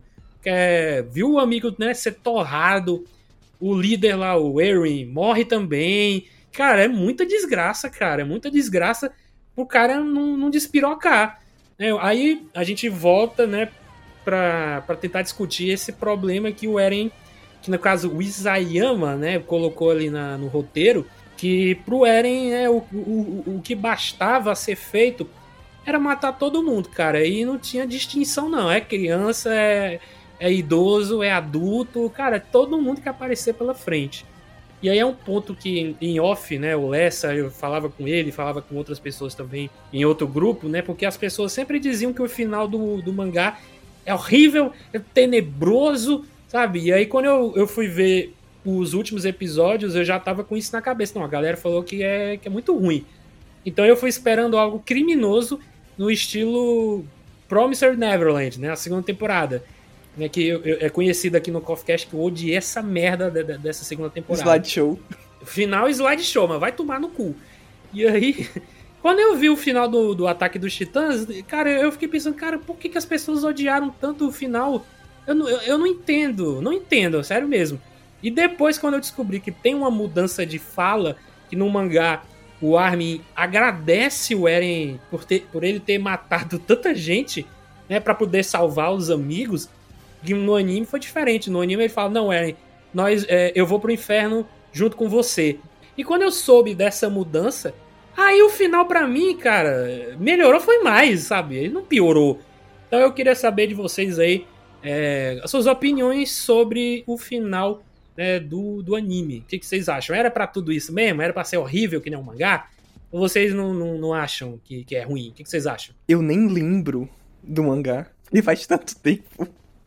A: É, viu o amigo, né, ser torrado, o líder lá, o Eren, morre também. Cara, é muita desgraça, cara. É muita desgraça pro cara não, não despirocar. É, aí a gente volta, né, pra, pra tentar discutir esse problema que o Eren... que no caso o Isayama, né, colocou ali na, no roteiro, que pro Eren é, o, o, o que bastava ser feito era matar todo mundo, cara, e não tinha distinção não, é criança, é, é idoso, é adulto, cara, todo mundo que aparecer pela frente. E aí é um ponto que em off, né, o Lessa, eu falava com ele, falava com outras pessoas também em outro grupo, né, porque as pessoas sempre diziam que o final do, do mangá é horrível, é tenebroso, sabe? E aí quando eu, eu fui ver os últimos episódios, eu já tava com isso na cabeça. Não, a galera falou que é, que é muito ruim. Então eu fui esperando algo criminoso no estilo Promised Neverland, né? A segunda temporada. Né, que eu, eu, é conhecido aqui no CoffeeCast que eu odiei essa merda de, de, dessa segunda temporada.
B: Slideshow.
A: Final slideshow, mas vai tomar no cu. E aí, quando eu vi o final do, do Ataque dos Titãs, cara, eu fiquei pensando, cara, por que, que as pessoas odiaram tanto o final? Eu não, eu, eu não entendo, não entendo, sério mesmo. E depois, quando eu descobri que tem uma mudança de fala, que no mangá o Armin agradece o Eren por, ter, por ele ter matado tanta gente, né, pra poder salvar os amigos, que no anime foi diferente. No anime ele fala, não, Eren, nós, é, eu vou pro inferno junto com você. E quando eu soube dessa mudança, aí o final pra mim, cara, melhorou foi mais, sabe? Ele não piorou. Então eu queria saber de vocês aí, é, as suas opiniões sobre o final, né, do, do anime. O que, que vocês acham? Era pra tudo isso mesmo? Era pra ser horrível que nem um mangá? Ou vocês não, não, não acham que, que é ruim? O que, que vocês acham?
B: Eu nem lembro do mangá. E faz tanto tempo.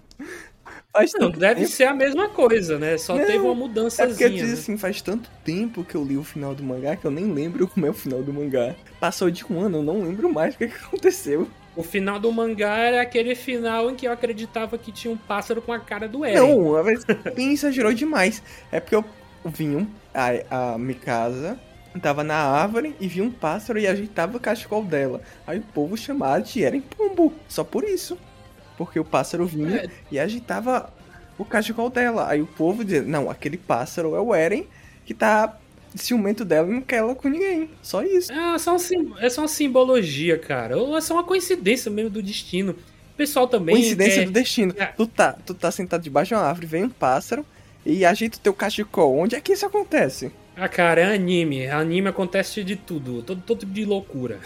B: Faz
A: não,
B: tanto
A: deve
B: tempo.
A: ser a mesma coisa, né? Só não, teve uma mudançazinha.
B: É porque eu disse
A: né?
B: assim, faz tanto tempo que eu li o final do mangá que eu nem lembro como é o final do mangá. Passou de um ano, eu não lembro mais o que, que aconteceu.
A: O final do mangá era aquele final em que eu acreditava que tinha um pássaro com a cara do Eren.
B: Não, mas quem exagerou demais. É porque eu vi um, a, a Mikasa tava na árvore e vi um pássaro e ajeitava o cachecol dela. Aí o povo chamava de Eren Pombo, só por isso. Porque o pássaro vinha é. e agitava o cachecol dela. Aí o povo dizia, não, aquele pássaro é o Eren que tá ciumento dela e não quer ela com ninguém. Só isso.
A: É só, um, é só uma simbologia, cara. Ou é só uma coincidência mesmo do destino. O pessoal também...
B: Coincidência
A: quer...
B: do destino. É. Tu, tá, tu tá sentado debaixo de uma árvore, vem um pássaro e ajeita o teu cachecol. Onde é que isso acontece?
A: Ah, cara, é anime. Anime acontece de tudo. Todo, todo tipo de loucura.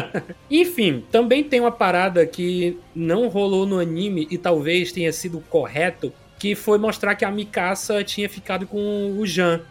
A: Enfim, também tem uma parada que não rolou no anime e talvez tenha sido correto, que foi mostrar que a Mikasa tinha ficado com o Jean.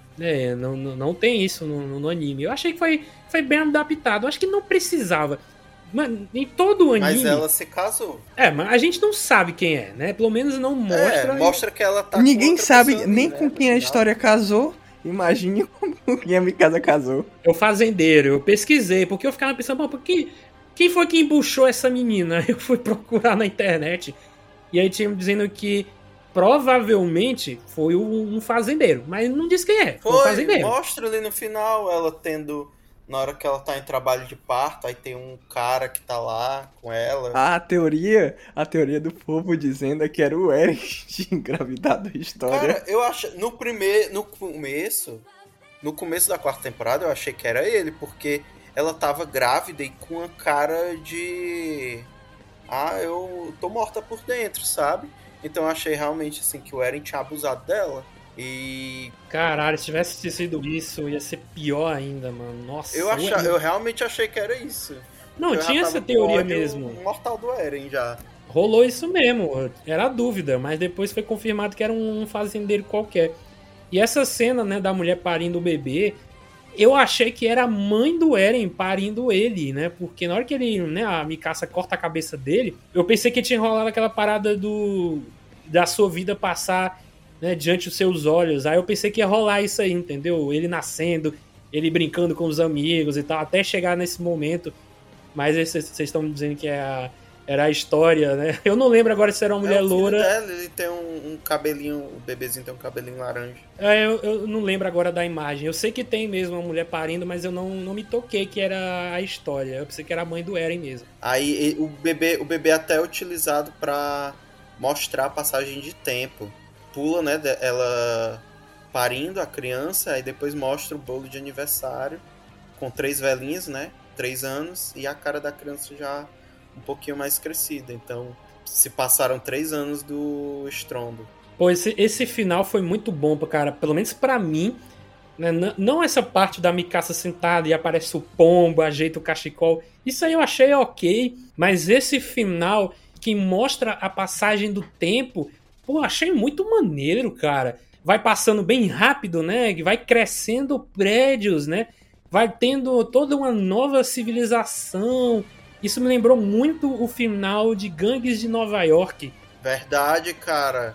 A: É, não, não, não tem isso no, no anime. Eu achei que foi, foi bem adaptado. Eu acho que não precisava. Mano, em todo o anime...
E: Mas ela se casou.
A: É, mas a gente não sabe quem é, né? Pelo menos não mostra...
E: É, mostra que ela tá
B: Ninguém
E: com
B: sabe
E: ali,
B: nem
E: né,
B: com quem a história casou. Imagine com quem a Mikasa casou.
A: É o fazendeiro. Eu pesquisei, porque eu ficava pensando, por que, quem foi que embuchou essa menina? Eu fui procurar na internet. E aí tinha me dizendo que provavelmente foi um fazendeiro. Mas não disse quem é. Foi, foi um fazendeiro.
E: Mostra ali no final ela tendo... Na hora que ela tá em trabalho de parto, aí tem um cara que tá lá com ela.
B: Ah, a teoria, a teoria do povo dizendo é que era o Eren que tinha engravidado a história.
E: Cara, eu acho, no primeiro, no começo, no começo da quarta temporada eu achei que era ele, porque ela tava grávida e com a cara de... Ah, eu tô morta por dentro, sabe? Então eu achei realmente assim que o Eren tinha abusado dela. E...
A: Caralho, se tivesse sido isso, ia ser pior ainda, mano. Nossa.
E: Eu, acha... eu realmente achei que era isso.
A: Não,
E: eu
A: tinha essa teoria mesmo.
E: Mortal do Eren já.
A: Rolou isso mesmo, era a dúvida, mas depois foi confirmado que era um fazendeiro qualquer. E essa cena, né, da mulher parindo o bebê, eu achei que era a mãe do Eren parindo ele, né? Porque na hora que ele, né, a Mikasa corta a cabeça dele, eu pensei que tinha rolado aquela parada do da sua vida passar... Né, diante dos seus olhos. Aí eu pensei que ia rolar isso aí, entendeu? Ele nascendo, ele brincando com os amigos e tal, até chegar nesse momento. Mas vocês estão me dizendo que é a, era a história, né? Eu não lembro agora se era uma mulher
E: é, o filho
A: loura.
E: Dela, ele tem um, um cabelinho, o bebezinho tem um cabelinho laranja.
A: É, eu, eu não lembro agora da imagem. Eu sei que tem mesmo uma mulher parindo, mas eu não, não me toquei que era a história. Eu pensei que era a mãe do Eren mesmo.
E: Aí o bebê, o bebê até é utilizado pra mostrar a passagem de tempo. Pula, né, ela parindo a criança, aí depois mostra o bolo de aniversário com três velhinhos, né, três anos, e a cara da criança já um pouquinho mais crescida. Então, se passaram três anos do estrondo.
A: Pô, esse, esse final foi muito bom, cara, pelo menos pra mim, né, não essa parte da Mikasa sentada e aparece o pombo, ajeita o cachecol, isso aí eu achei ok, mas esse final que mostra a passagem do tempo... Pô, achei muito maneiro, cara. Vai passando bem rápido, né? Vai crescendo prédios, né? Vai tendo toda uma nova civilização. Isso me lembrou muito o final de Gangues de Nova York.
E: Verdade, cara.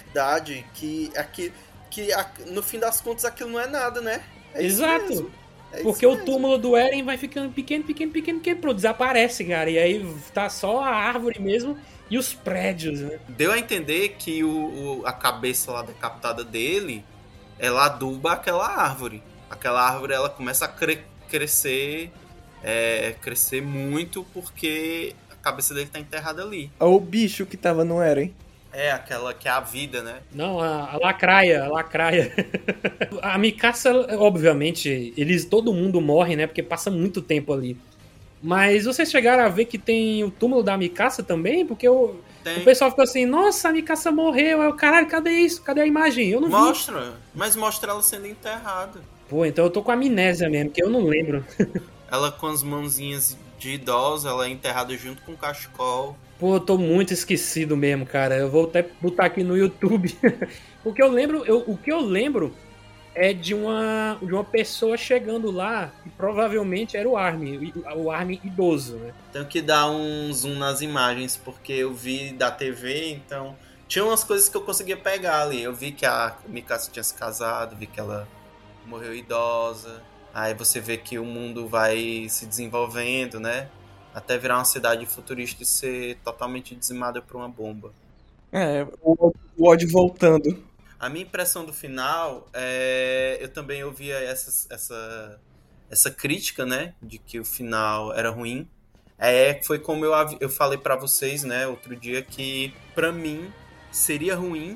E: Verdade. Que, aqui, que no fim das contas aquilo não é nada, né? É
A: Exato.
E: É
A: Porque o túmulo do Eren vai ficando pequeno, pequeno, pequeno, pequeno, pronto, desaparece, cara. E aí tá só a árvore mesmo e os prédios, né?
E: Deu a entender que o, o- a cabeça lá decapitada dele, ela aduba aquela árvore. Aquela árvore, ela começa a cre- crescer, é, crescer muito porque a cabeça dele tá enterrada ali.
B: O bicho que tava no Eren.
E: É aquela que é a vida, né?
A: Não, a, a lacraia, a lacraia. A Mikasa, obviamente, eles, todo mundo morre, né? Porque passa muito tempo ali. Mas vocês chegaram a ver que tem o túmulo da Mikasa também? Porque o,
E: Tem.
A: o pessoal ficou assim, nossa, a Mikasa morreu. Aí eu, caralho, cadê isso? Cadê a imagem? Eu não vi.
E: Mostra, mas mostra ela sendo enterrada.
A: Pô, então eu tô com amnésia mesmo, porque eu não lembro.
E: Ela com as mãozinhas de idosa, ela é enterrada junto com o cachecol.
A: Pô, eu tô muito esquecido mesmo, cara. Eu vou até botar aqui no YouTube. O que eu lembro, eu, o que eu lembro é de uma, de uma pessoa chegando lá, e provavelmente era o Armin, o Armin idoso, né?
E: Tenho que dar um zoom nas imagens, porque eu vi da T V, então... Tinha umas coisas que eu conseguia pegar ali. Eu vi que a Mikasa tinha se casado, vi que ela morreu idosa. Aí você vê que o mundo vai se desenvolvendo, né? Até virar uma cidade futurista e ser totalmente dizimada por uma bomba.
B: É, o, o ódio voltando.
E: A minha impressão do final é... Eu também ouvia essa, essa, essa crítica, né? De que o final era ruim. É, foi como eu, eu falei pra vocês, né? Outro dia, que pra mim seria ruim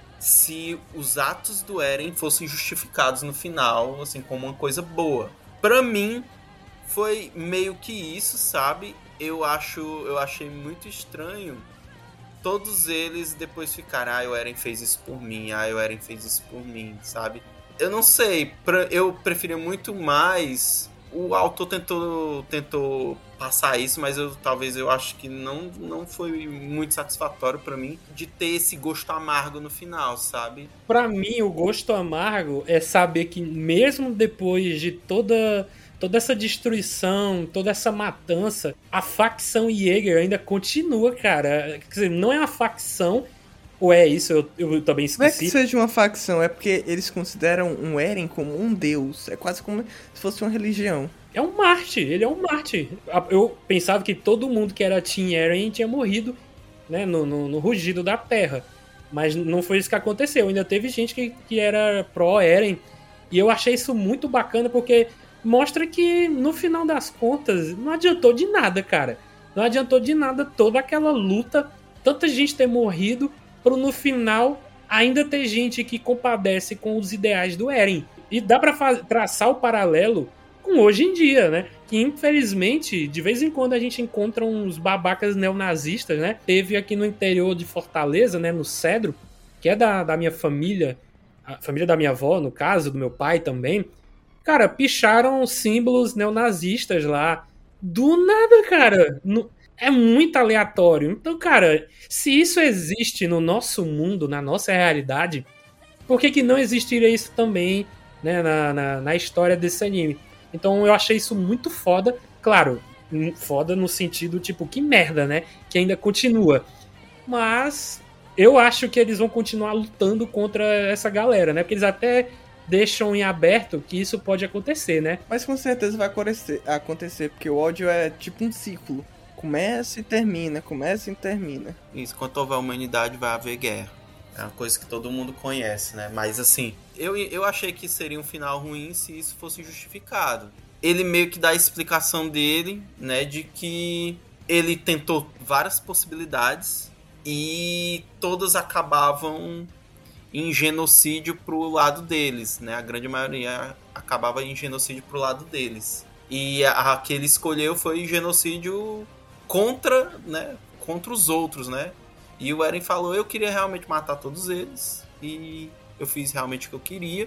E: se os atos do Eren fossem justificados no final, assim, como uma coisa boa. Pra mim, foi meio que isso, sabe? Eu acho, eu achei muito estranho todos eles depois ficaram, ah, o Eren fez isso por mim, ah, o Eren fez isso por mim, sabe? Eu não sei, pra, eu preferia muito mais... O autor tentou, tentou passar isso, mas eu talvez eu acho que não, não foi muito satisfatório pra mim de ter esse gosto amargo no final, sabe?
A: Pra mim, o gosto amargo é saber que mesmo depois de toda, toda essa destruição, toda essa matança, a facção Jäger ainda continua, cara. Quer dizer, não é uma facção, ou é isso, eu, eu também esqueci.
B: Não é que seja uma facção, é porque eles consideram um Eren como um deus. É quase como se fosse uma religião.
A: É um Marte, ele é um Marte. Eu pensava que todo mundo que era Team Eren tinha morrido, né, no, no, no rugido da terra. Mas não foi isso que aconteceu. Ainda teve gente que, que era pró-Eren. E eu achei isso muito bacana porque mostra que, no final das contas, não adiantou de nada, cara. Não adiantou de nada toda aquela luta, tanta gente ter morrido, para no final ainda ter gente que compadece com os ideais do Eren. E dá pra traçar o paralelo com hoje em dia, né? Que infelizmente, de vez em quando a gente encontra uns babacas neonazistas, né? Teve aqui no interior de Fortaleza, né? No Cedro, que é da, da minha família, a família da minha avó, no caso, do meu pai também. Cara, picharam símbolos neonazistas lá. Do nada, cara. No... É muito aleatório. Então, cara, se isso existe no nosso mundo, na nossa realidade, por que, que não existiria isso também, né, na, na, na história desse anime? Então eu achei isso muito foda. Claro, foda no sentido, tipo, que merda, né? Que ainda continua. Mas eu acho que eles vão continuar lutando contra essa galera, né? Porque eles até deixam em aberto que isso pode acontecer, né?
B: Mas com certeza vai acontecer, porque o ódio é tipo um ciclo. Começa e termina, começa e termina.
E: Isso, quando houver humanidade vai haver guerra. É uma coisa que todo mundo conhece, né? Mas assim, eu, eu achei que seria um final ruim se isso fosse justificado. Ele meio que dá a explicação dele, né? De que ele tentou várias possibilidades e todas acabavam em genocídio pro lado deles, né? A grande maioria acabava em genocídio pro lado deles. E a, a que ele escolheu foi genocídio contra, né, contra os outros, né? E o Eren falou, eu queria realmente matar todos eles e eu fiz realmente o que eu queria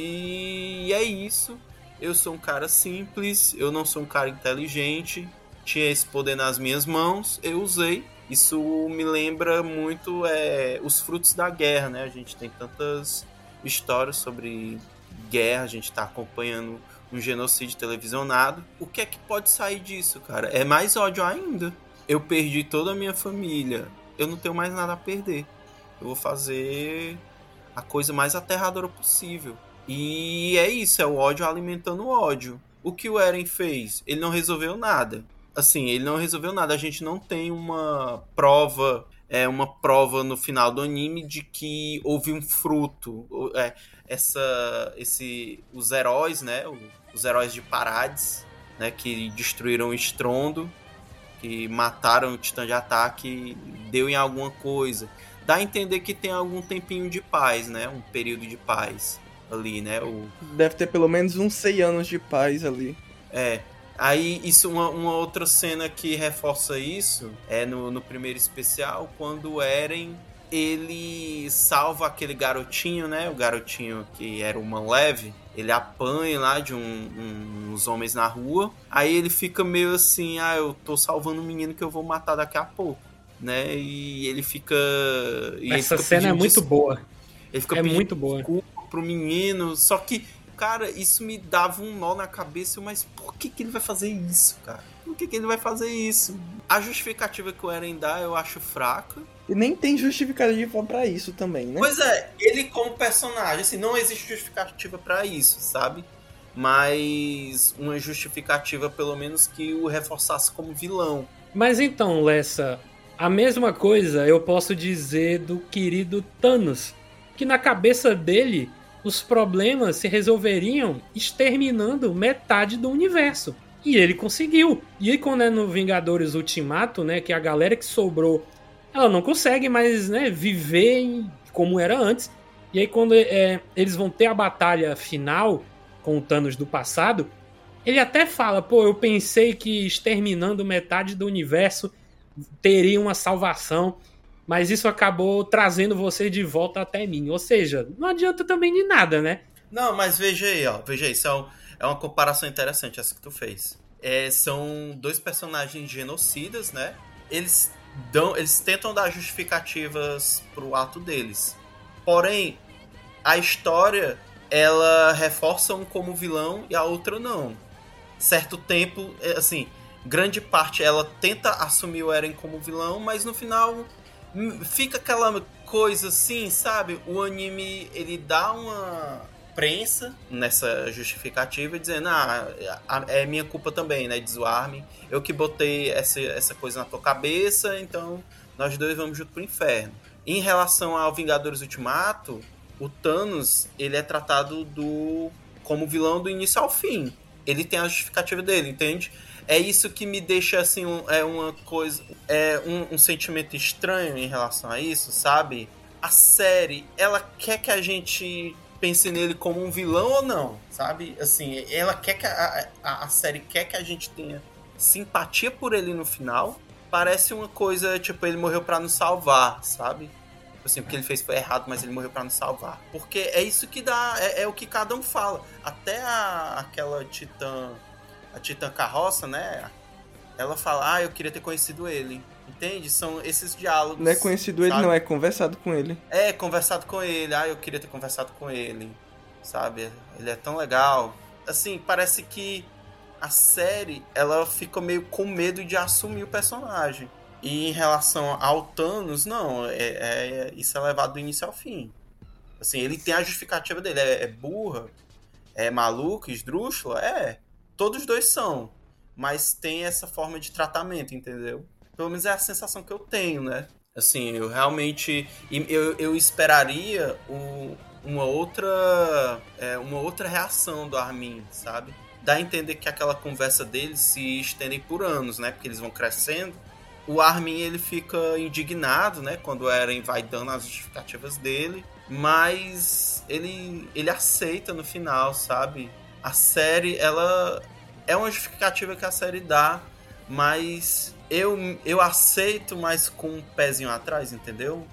E: e é isso. Eu sou um cara simples, eu não sou um cara inteligente, tinha esse poder nas minhas mãos, eu usei. Isso me lembra muito é, os frutos da guerra, né? A gente tem tantas histórias sobre guerra, a gente tá acompanhando um genocídio televisionado. O que é que pode sair disso, cara? É mais ódio ainda. Eu perdi toda a minha família. Eu não tenho mais nada a perder. Eu vou fazer a coisa mais aterradora possível. E é isso, é o ódio alimentando o ódio.
I: o que o Eren fez? Ele não resolveu nada. Assim, ele não resolveu nada. A gente não tem uma prova, é, uma prova no final do anime de que houve um fruto. É, essa, esse, os heróis, né? Os heróis de Parades, né? Que destruíram o Estrondo, que mataram o Titã de Ataque, deu em alguma coisa. Dá a entender que tem algum tempinho de paz, né? Um período de paz ali, né? O...
B: Deve ter pelo menos uns seis anos de paz ali.
I: É. Aí, isso, uma, uma outra cena que reforça isso é no, no primeiro especial, quando o Eren, ele salva aquele garotinho, né? O garotinho que era uma leve. Ele apanha lá de um, um, uns homens na rua. Aí ele fica meio assim, ah, eu tô salvando um menino que eu vou matar daqui a pouco, né? E ele fica... E
A: Essa
I: ele fica
A: cena é muito
I: desculpa.
A: boa.
I: Ele fica
A: é
I: pedindo
A: muito boa.
I: desculpa pro menino, só que, cara, isso me dava um nó na cabeça, mas por que que ele vai fazer isso, cara? Por que que ele vai fazer isso? A justificativa que o Eren dá eu acho fraca.
B: E nem tem justificativa pra isso também, né?
I: Pois é, ele como personagem, assim, não existe justificativa pra isso, sabe? Mas uma justificativa, pelo menos, que o reforçasse como vilão.
A: Mas então, Lessa, a mesma coisa eu posso dizer do querido Thanos, que na cabeça dele os problemas se resolveriam exterminando metade do universo. E ele conseguiu. E aí quando é no Vingadores Ultimato, né, que a galera que sobrou, ela não consegue mais, né, viver em, como era antes. E aí quando é, eles vão ter a batalha final com o Thanos do passado, ele até fala, pô, eu pensei que exterminando metade do universo teria uma salvação, mas isso acabou trazendo você de volta até mim. Ou seja, não adianta também de nada, né?
I: Não, mas veja aí, ó. Veja aí, isso é, um, é uma comparação interessante essa que tu fez. É, são dois personagens genocidas, né? Eles, dão, eles tentam dar justificativas pro ato deles. Porém, a história, ela reforça um como vilão e a outra não. Certo tempo, assim, grande parte ela tenta assumir o Eren como vilão, mas no final fica aquela coisa assim, sabe? O anime, ele dá uma prensa nessa justificativa, dizendo, ah, é minha culpa também, né? Diz o Armin. Eu que botei essa, essa coisa na tua cabeça, então nós dois vamos junto pro inferno. Em relação ao Vingadores Ultimato, o Thanos, ele é tratado do, como vilão do início ao fim. Ele tem a justificativa dele, entende? É isso que me deixa, assim, um, é uma coisa... É um, um sentimento estranho em relação a isso, sabe? A série, ela quer que a gente pense nele como um vilão ou não, sabe? Assim, ela quer que... A, a, a série quer que a gente tenha simpatia por ele no final. Parece uma coisa, tipo, ele morreu pra nos salvar, sabe? Assim, o que ele fez foi errado, mas ele morreu pra nos salvar. Porque é isso que dá... É, é o que cada um fala. Até a, aquela Titã... A Titã Carroça, né? Ela fala, ah, eu queria ter conhecido ele. Entende? São esses diálogos.
B: Não é conhecido sabe? Ele, não. É conversado com ele.
I: É, conversado com ele. Ah, eu queria ter conversado com ele. Sabe? Ele é tão legal. Assim, parece que a série, ela fica meio com medo de assumir o personagem. E em relação ao Thanos, não. É, é, isso é levado do início ao fim. Assim, ele tem a justificativa dele. É, é burra, é maluco, esdrúxula, é... Todos os dois são, mas tem essa forma de tratamento, entendeu? Pelo menos é a sensação que eu tenho, né? Assim, eu realmente... Eu, eu esperaria o, uma, outra, é, uma outra reação do Armin, sabe? Dá a entender que aquela conversa deles se estende por anos, né? Porque eles vão crescendo. O Armin, ele fica indignado, né? Quando o Eren vai dando as justificativas dele. Mas ele, ele aceita no final, sabe? A série, ela é uma justificativa que a série dá, mas eu, eu aceito, mas com um pezinho atrás, entendeu?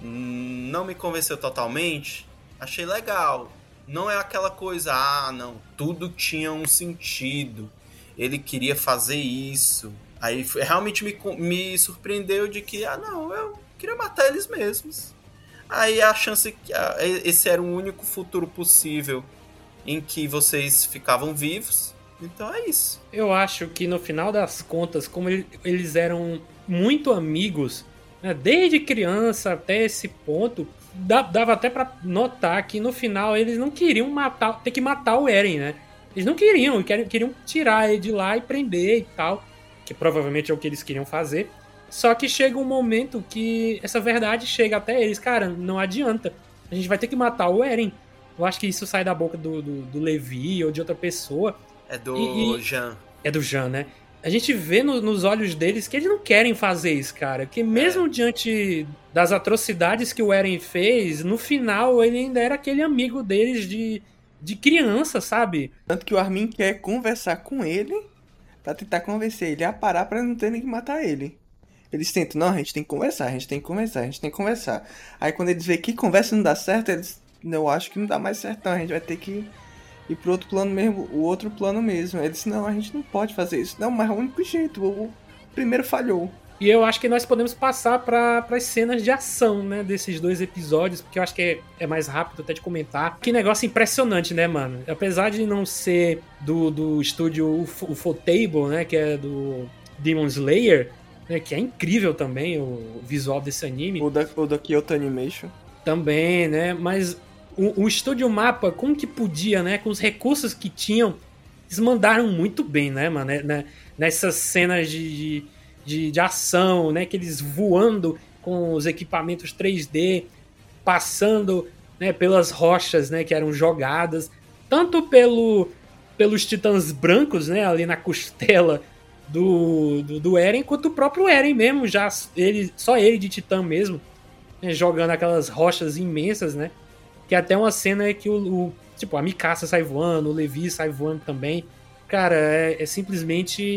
I: Não me convenceu totalmente. Achei legal. Não é aquela coisa, ah, não, tudo tinha um sentido. Ele queria fazer isso. Aí realmente me, me surpreendeu de que, ah, não, eu queria matar eles mesmos. Aí a chance que ah, esse era o único futuro possível em que vocês ficavam vivos. Então é isso.
A: Eu acho que no final das contas, como eles eram muito amigos, né, desde criança até esse ponto, dava até pra notar que no final eles não queriam matar, ter que matar o Eren, né? Eles não queriam, queriam tirar ele de lá e prender e tal, que provavelmente é o que eles queriam fazer. Só que chega um momento que essa verdade chega até eles. Cara, não adianta. A gente vai ter que matar o Eren. Eu acho que isso sai da boca do, do, do Levi ou de outra pessoa.
I: É do
A: e, e...
I: Jean.
A: É do Jean, né? A gente vê no, nos olhos deles que eles não querem fazer isso, cara. Que mesmo é. diante das atrocidades que o Eren fez, no final ele ainda era aquele amigo deles de, de criança, sabe?
B: Tanto que o Armin quer conversar com ele pra tentar convencer ele a parar pra não terem que matar ele. Eles tentam, não, a gente tem que conversar, a gente tem que conversar, a gente tem que conversar. Aí quando eles veem que conversa não dá certo, eles, eu acho que não dá mais certo não, a gente vai ter que ir pro outro plano mesmo, o outro plano mesmo. Eles, não, a gente não pode fazer isso. Não, mas é o único jeito, o primeiro falhou.
A: E eu acho que nós podemos passar para as cenas de ação, né, desses dois episódios, porque eu acho que é, é mais rápido até de comentar. Que negócio impressionante, né, mano? Apesar de não ser do, do estúdio Ufotable, né, que é do Demon Slayer, né, que é incrível também o visual desse anime.
B: O da, o da Kyoto Animation.
A: Também, né, mas o, o estúdio Mappa, com que podia, né, com os recursos que tinham, eles mandaram muito bem, né, mano, né, nessas cenas de... de De, de ação, né? Que eles voando com os equipamentos três D, passando, né, pelas rochas, né, que eram jogadas, tanto pelo, pelos titãs brancos, né, ali na costela do, do, do Eren, quanto o próprio Eren mesmo, já ele, só ele de titã mesmo, né, jogando aquelas rochas imensas, né? Que até uma cena que o, o tipo, a Mikasa sai voando, o Levi sai voando também. Cara, é, é simplesmente...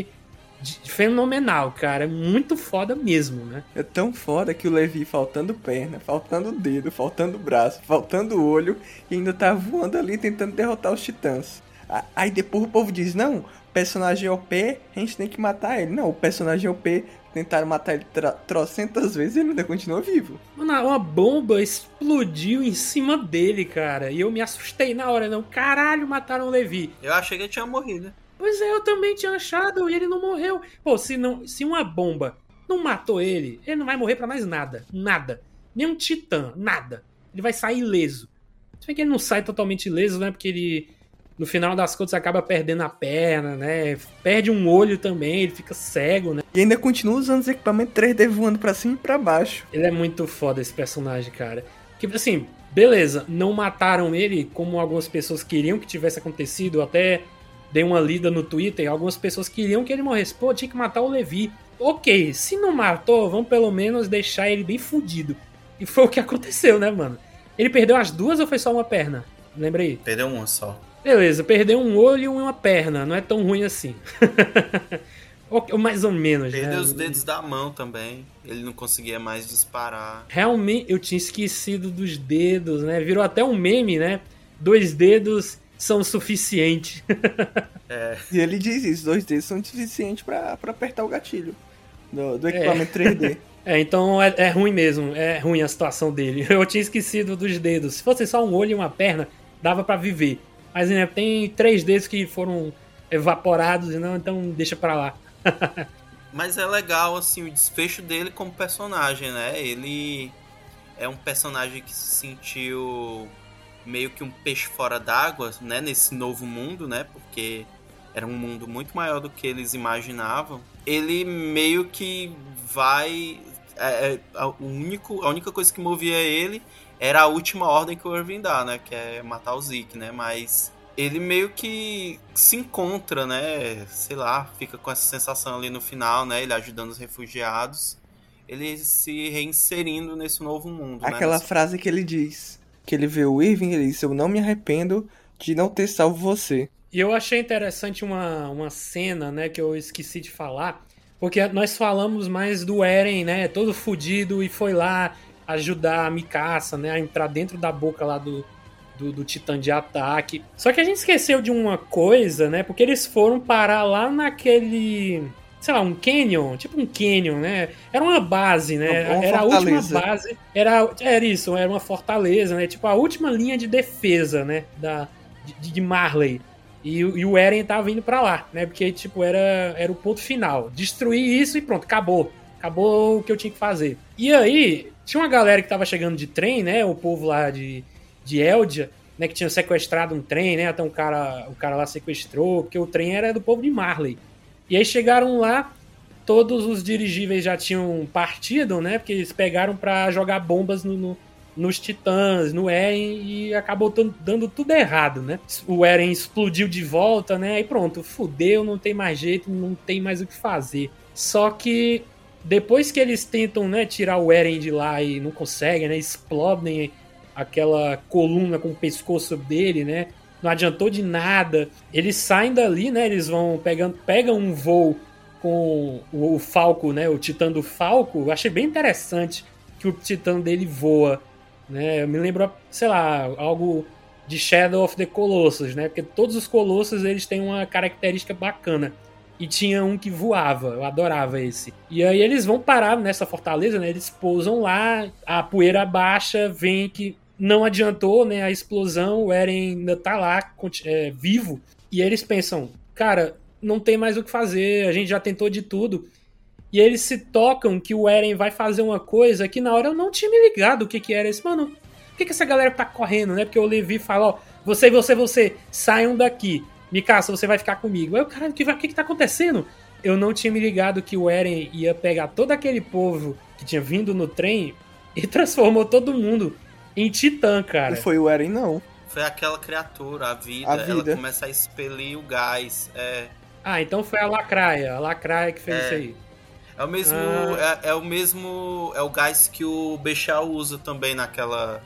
A: fenomenal, cara. É muito foda mesmo, né?
B: É tão foda que o Levi faltando perna, faltando dedo, faltando braço, faltando olho, e ainda tá voando ali tentando derrotar os titãs. Aí depois o povo diz, não, personagem O P, a gente tem que matar ele. Não, o personagem O P, tentaram matar ele trocentas vezes e ele ainda continua vivo.
A: Mano, uma bomba explodiu em cima dele, cara. E eu me assustei na hora, não. Caralho, mataram o Levi.
I: Eu achei que ele tinha morrido.
A: Pois é, eu também tinha achado e ele não morreu. Pô, se, não, se uma bomba não matou ele, ele não vai morrer pra mais nada. Nada. Nem um titã, nada. Ele vai sair ileso. Se bem que ele não sai totalmente ileso, né? Porque ele, no final das contas, acaba perdendo a perna, né? Perde um olho também, ele fica cego, né?
B: E ainda continua usando os equipamentos três D voando pra cima e pra baixo.
A: Ele é muito foda, esse personagem, cara. Que, assim, beleza, não mataram ele como algumas pessoas queriam que tivesse acontecido, até... Dei uma lida no Twitter e algumas pessoas queriam que ele morresse. Pô, tinha que matar o Levi. Ok, se não matou, vamos pelo menos deixar ele bem fudido. E foi o que aconteceu, né, mano? Ele perdeu as duas ou foi só uma perna? Lembra aí?
I: Perdeu uma só.
A: Beleza, perdeu um olho e uma perna. Não é tão ruim assim. Ou mais ou menos,
I: perdeu,
A: né?
I: os dedos da mão também. Ele não conseguia mais disparar.
A: Realmente, eu tinha esquecido dos dedos, né? Virou até um meme, né? Dois dedos... são suficientes.
I: É.
B: E ele diz isso, dois dedos são suficientes pra, pra apertar o gatilho do, do equipamento é. três D.
A: É, então é, é ruim mesmo, é ruim a situação dele. Eu tinha esquecido dos dedos. Se fosse só um olho e uma perna, dava pra viver. Mas né, tem três dedos que foram evaporados, não, então deixa pra lá.
I: Mas é legal, assim, o desfecho dele como personagem, né? Ele é um personagem que se sentiu... meio que um peixe fora d'água, né, nesse novo mundo, né, porque era um mundo muito maior do que eles imaginavam. Ele meio que vai... É, a, o único, a única coisa que movia ele era a última ordem que o Irving dá, né, que é matar o Zeke, né, mas ele meio que se encontra, né, sei lá, fica com essa sensação ali no final, né, ele ajudando os refugiados, ele se reinserindo nesse novo mundo.
B: Aquela
I: né,
B: frase que ele diz... que ele vê o Irving e ele disse, eu não me arrependo de não ter salvo você.
A: E eu achei interessante uma, uma cena, né, que eu esqueci de falar, porque nós falamos mais do Eren, né, todo fudido e foi lá ajudar a Mikasa, né, a entrar dentro da boca lá do, do, do titã de ataque. Só que a gente esqueceu de uma coisa, né, porque eles foram parar lá naquele... sei lá, um canyon, tipo um canyon, né? Era uma base, né?
B: Uma
A: era
B: fortaleza.
A: A última base, era, era isso, era uma fortaleza, né? Tipo a última linha de defesa, né? Da, de, de Marley. E, e o Eren tava indo pra lá, né? Porque, tipo, era, era o ponto final. Destruir isso e pronto, acabou. Acabou o que eu tinha que fazer. E aí, tinha uma galera que tava chegando de trem, né? O povo lá de, de Eldia. né, que tinham sequestrado um trem, né? Até um cara, o cara lá sequestrou, porque o trem era do povo de Marley. E aí chegaram lá, todos os dirigíveis já tinham partido, né? Porque eles pegaram pra jogar bombas no, no, nos Titãs, no Eren, e acabou t- dando tudo errado, né? O Eren explodiu de volta, né? E pronto, fudeu, não tem mais jeito, não tem mais o que fazer. Só que depois que eles tentam, né, tirar o Eren de lá e não conseguem, né? Explodem aquela coluna com o pescoço dele, né? Não adiantou de nada. Eles saem dali, né? Eles vão pegando, pegam um voo com o, o Falco, né? O Titã do Falco. Eu achei bem interessante que o Titã dele voa, né? Me lembrou, sei lá, algo de Shadow of the Colossus, né? Porque todos os Colossus, eles têm uma característica bacana. E tinha um que voava, eu adorava esse. E aí eles vão parar nessa fortaleza, né? Eles pousam lá, a poeira baixa, vem que não adiantou, né, a explosão, o Eren ainda tá lá, é, vivo, e eles pensam, cara, não tem mais o que fazer, a gente já tentou de tudo, e eles se tocam que o Eren vai fazer uma coisa que na hora eu não tinha me ligado o que que era esse, mano, por que que essa galera tá correndo, né, porque o Levi fala, ó, você, você, você, saiam daqui, Mikasa, você vai ficar comigo, aí o cara, o que, que que tá acontecendo? Eu não tinha me ligado que o Eren ia pegar todo aquele povo que tinha vindo no trem e transformou todo mundo em Titã, cara.
B: Não foi o Eren, não.
E: Foi aquela criatura, a vida,
B: a vida.
E: Ela começa a expelir o gás. É,
A: Ah, então foi a Lacraia. A Lacraia que fez
E: É.
A: isso aí.
E: é o mesmo.
A: Ah.
E: É, é o mesmo. É o gás que o Bechal usa também naquela.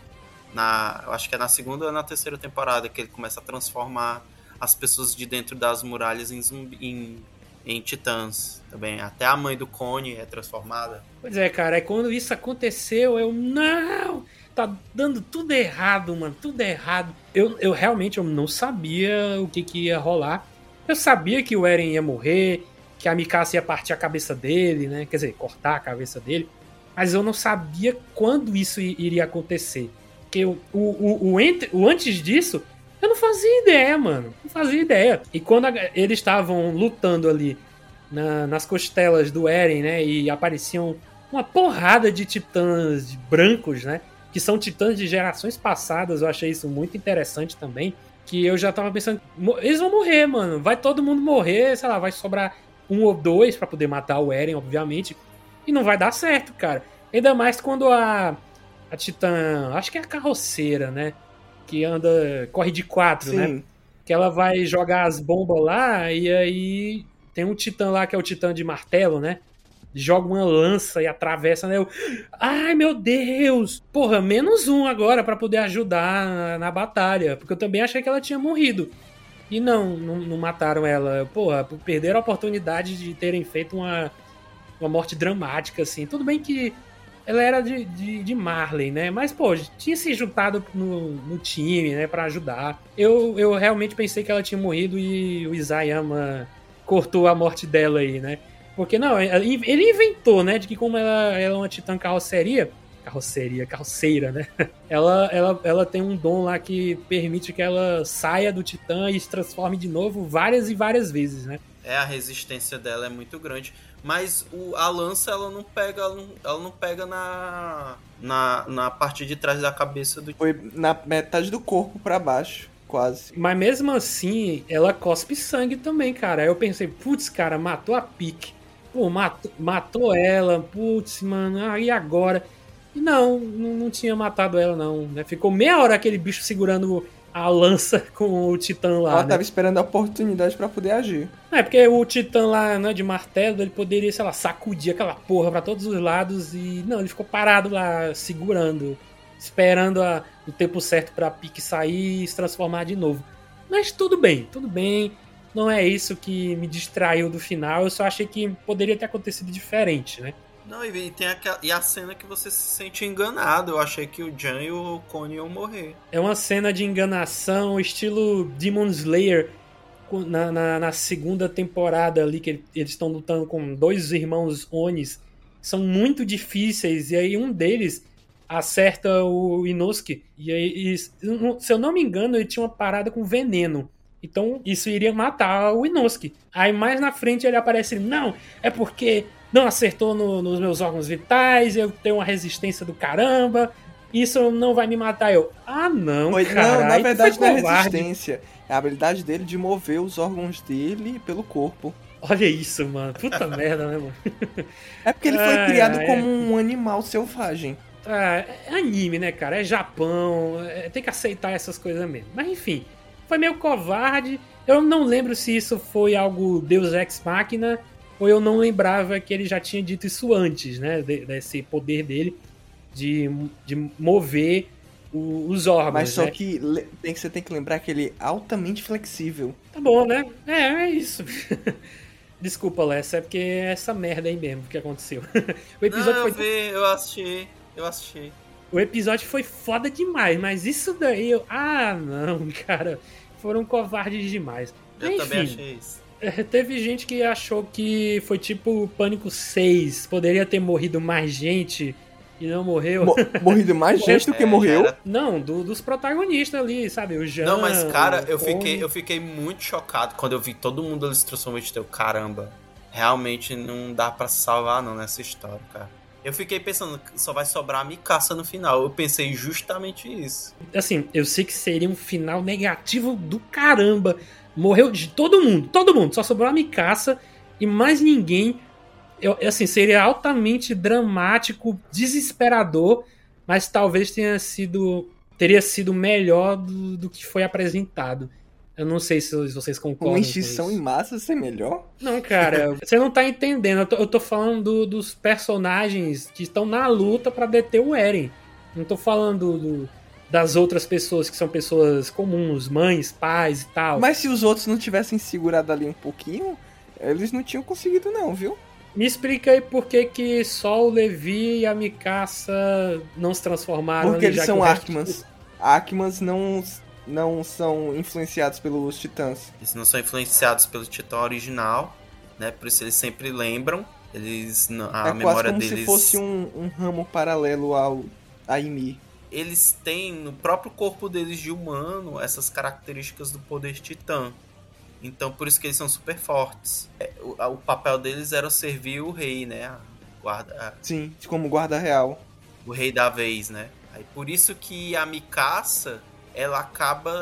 E: Na, eu acho que é na segunda ou na terceira temporada, que ele começa a transformar as pessoas de dentro das muralhas em, zumbi, em, em titãs também. Até a mãe do Cone é transformada.
A: Pois é, cara. Aí quando isso aconteceu, eu... Não! Tá dando tudo errado, mano. Tudo errado. Eu, eu realmente eu não sabia o que, que ia rolar. Eu sabia que o Eren ia morrer, que a Mikasa ia partir a cabeça dele, né? Quer dizer, cortar a cabeça dele. Mas eu não sabia quando isso iria acontecer. Porque o, o, o, o, entre, o antes disso, eu não fazia ideia, mano. Não fazia ideia. E quando a, eles estavam lutando ali na, nas costelas do Eren, né? E apareciam uma porrada de titãs brancos, né? Que são titãs de gerações passadas. Eu achei isso muito interessante também. Que eu já tava pensando, eles vão morrer, mano. Vai todo mundo morrer, sei lá, vai sobrar um ou dois pra poder matar o Eren, obviamente. E não vai dar certo, cara. Ainda mais quando a, a titã, acho que é a carroceira, né? Que anda, corre de quatro,
B: Sim.
A: né? Que ela vai jogar as bombas lá e aí tem um titã lá que é o titã de martelo, né? Joga uma lança e atravessa, né? Eu, ai, meu Deus! Porra, menos um agora pra poder ajudar na, na batalha. Porque eu também achei que ela tinha morrido. E não, não, não mataram ela. Porra, perderam a oportunidade de terem feito uma, uma morte dramática, assim. Tudo bem que ela era de, de, de Marley, né? Mas, pô, tinha se juntado no, no time, né? Pra ajudar. Eu, eu realmente pensei que ela tinha morrido e o Isayama cortou a morte dela aí, né? Porque, não, ele inventou, né, de que como ela, ela é uma titã carroceria, carroceria, carroceira, né, ela, ela, ela tem um dom lá que permite que ela saia do titã e se transforme de novo várias e várias vezes, né.
E: É, a resistência dela é muito grande, mas o, a lança, ela não pega, ela não, ela não pega na, na, na parte de trás da cabeça do...
B: Foi na metade do corpo pra baixo. Quase.
A: Mas mesmo assim, ela cospe sangue também, cara. Aí eu pensei, putz, cara, matou a Pique. Pô, matou, matou ela, putz, mano, ah, e agora? E não, não, não tinha matado ela, não. Né? Ficou meia hora aquele bicho segurando a lança com o titã lá.
B: Ela
A: né?
B: tava esperando a oportunidade pra poder agir.
A: É, porque o titã lá, né, de martelo, ele poderia, sei lá, sacudir aquela porra pra todos os lados e... Não, ele ficou parado lá, segurando, esperando a, o tempo certo pra Pique sair e se transformar de novo. Mas tudo bem, tudo bem. Não é isso que me distraiu do final. Eu só achei que poderia ter acontecido diferente, né?
E: Não, e tem aquela, e a cena que você se sente enganado. Eu achei que o Jan e o Cone iam morrer.
A: É uma cena de enganação, estilo Demon Slayer, na, na, na segunda temporada ali, que eles estão lutando com dois irmãos Onis. São muito difíceis, e aí um deles acerta o Inosuke. E aí, e, se eu não me engano, ele tinha uma parada com veneno. Então, isso iria matar o Inosuke. Aí, mais na frente, ele aparece... Não, é porque não acertou no, nos meus órgãos vitais, eu tenho uma resistência do caramba. isso não vai me matar. Eu, ah não,
B: Foi,
A: cara.
B: Não, na verdade não é
A: covarde.
B: resistência. É a habilidade dele de mover os órgãos dele pelo corpo.
A: Olha isso, mano. Puta merda, né, mano?
B: É porque ele foi
A: Ah,
B: criado
A: é.
B: como um animal selvagem.
A: Ah, é anime, né, cara? É Japão. É, tem que aceitar essas coisas mesmo. Mas enfim, foi meio covarde. Eu não lembro se isso foi algo Deus Ex Machina ou eu não lembrava que ele já tinha dito isso antes, né? De, desse poder dele de, de mover o, os órgãos.
B: Mas só
A: né?
B: que le- tem, você tem que lembrar que ele é altamente flexível.
A: Tá bom, né? É, é isso. Desculpa, Lessa, é porque é essa merda aí mesmo que aconteceu. O episódio
I: Não, eu
A: foi.
I: vi, eu assisti, eu assisti.
A: O episódio foi foda demais, mas isso daí eu. Ah, não, cara. Foram covardes demais.
I: Eu
A: Enfim,
I: também achei isso.
A: é, teve gente que achou que foi tipo Pânico seis. Poderia ter morrido mais gente e não morreu.
B: Mo- morrido mais gente do que
I: É,
B: morreu.
I: já era-
A: Não, do- dos protagonistas ali, sabe? O Jean.
I: Não, mas cara,
A: o
I: eu
A: Tony.
I: fiquei, eu fiquei muito chocado quando eu vi todo mundo ali se transformando de teu. Caramba, realmente não dá pra se salvar não nessa história, cara. Eu fiquei pensando que só vai sobrar a Mikasa no final. Eu pensei justamente isso.
A: Assim, eu sei que seria um final negativo do caramba. Morreu de todo mundo, todo mundo. Só sobrou a Mikasa e mais ninguém. Eu, assim, seria altamente dramático, desesperador, mas talvez tenha sido, teria sido melhor do, do que foi apresentado. Eu não sei se vocês concordam
B: Uma
A: com
B: extinção
A: isso.
B: em massa ser melhor?
A: Não, cara, você não tá entendendo. Eu tô, eu tô falando do- dos personagens que estão na luta pra deter o Eren. Não tô falando do- das outras pessoas que são pessoas comuns, mães, pais e tal.
B: Mas se os outros não tivessem segurado ali um pouquinho, eles não tinham conseguido não, viu?
A: Me explica aí por que, que só o Levi e a Mikasa não se transformaram.
B: Porque
A: ali,
B: eles
A: já que
B: são
A: o resto-
B: Arkmans. Arkmans não, não são influenciados pelos titãs.
I: Eles não são influenciados pelo Titã original, né? Por isso eles sempre lembram. Eles não- a
B: é quase
I: memória
B: como
I: deles.
B: se fosse um, um ramo paralelo ao a Ymir.
I: Eles têm no próprio corpo deles de humano essas características do poder titã. Então por isso que eles são super fortes. É, o, a- o papel deles era servir o rei, né? A guarda, a-
B: Sim, como guarda real.
I: o rei da vez, né? Aí por isso que a Mikasa ela acaba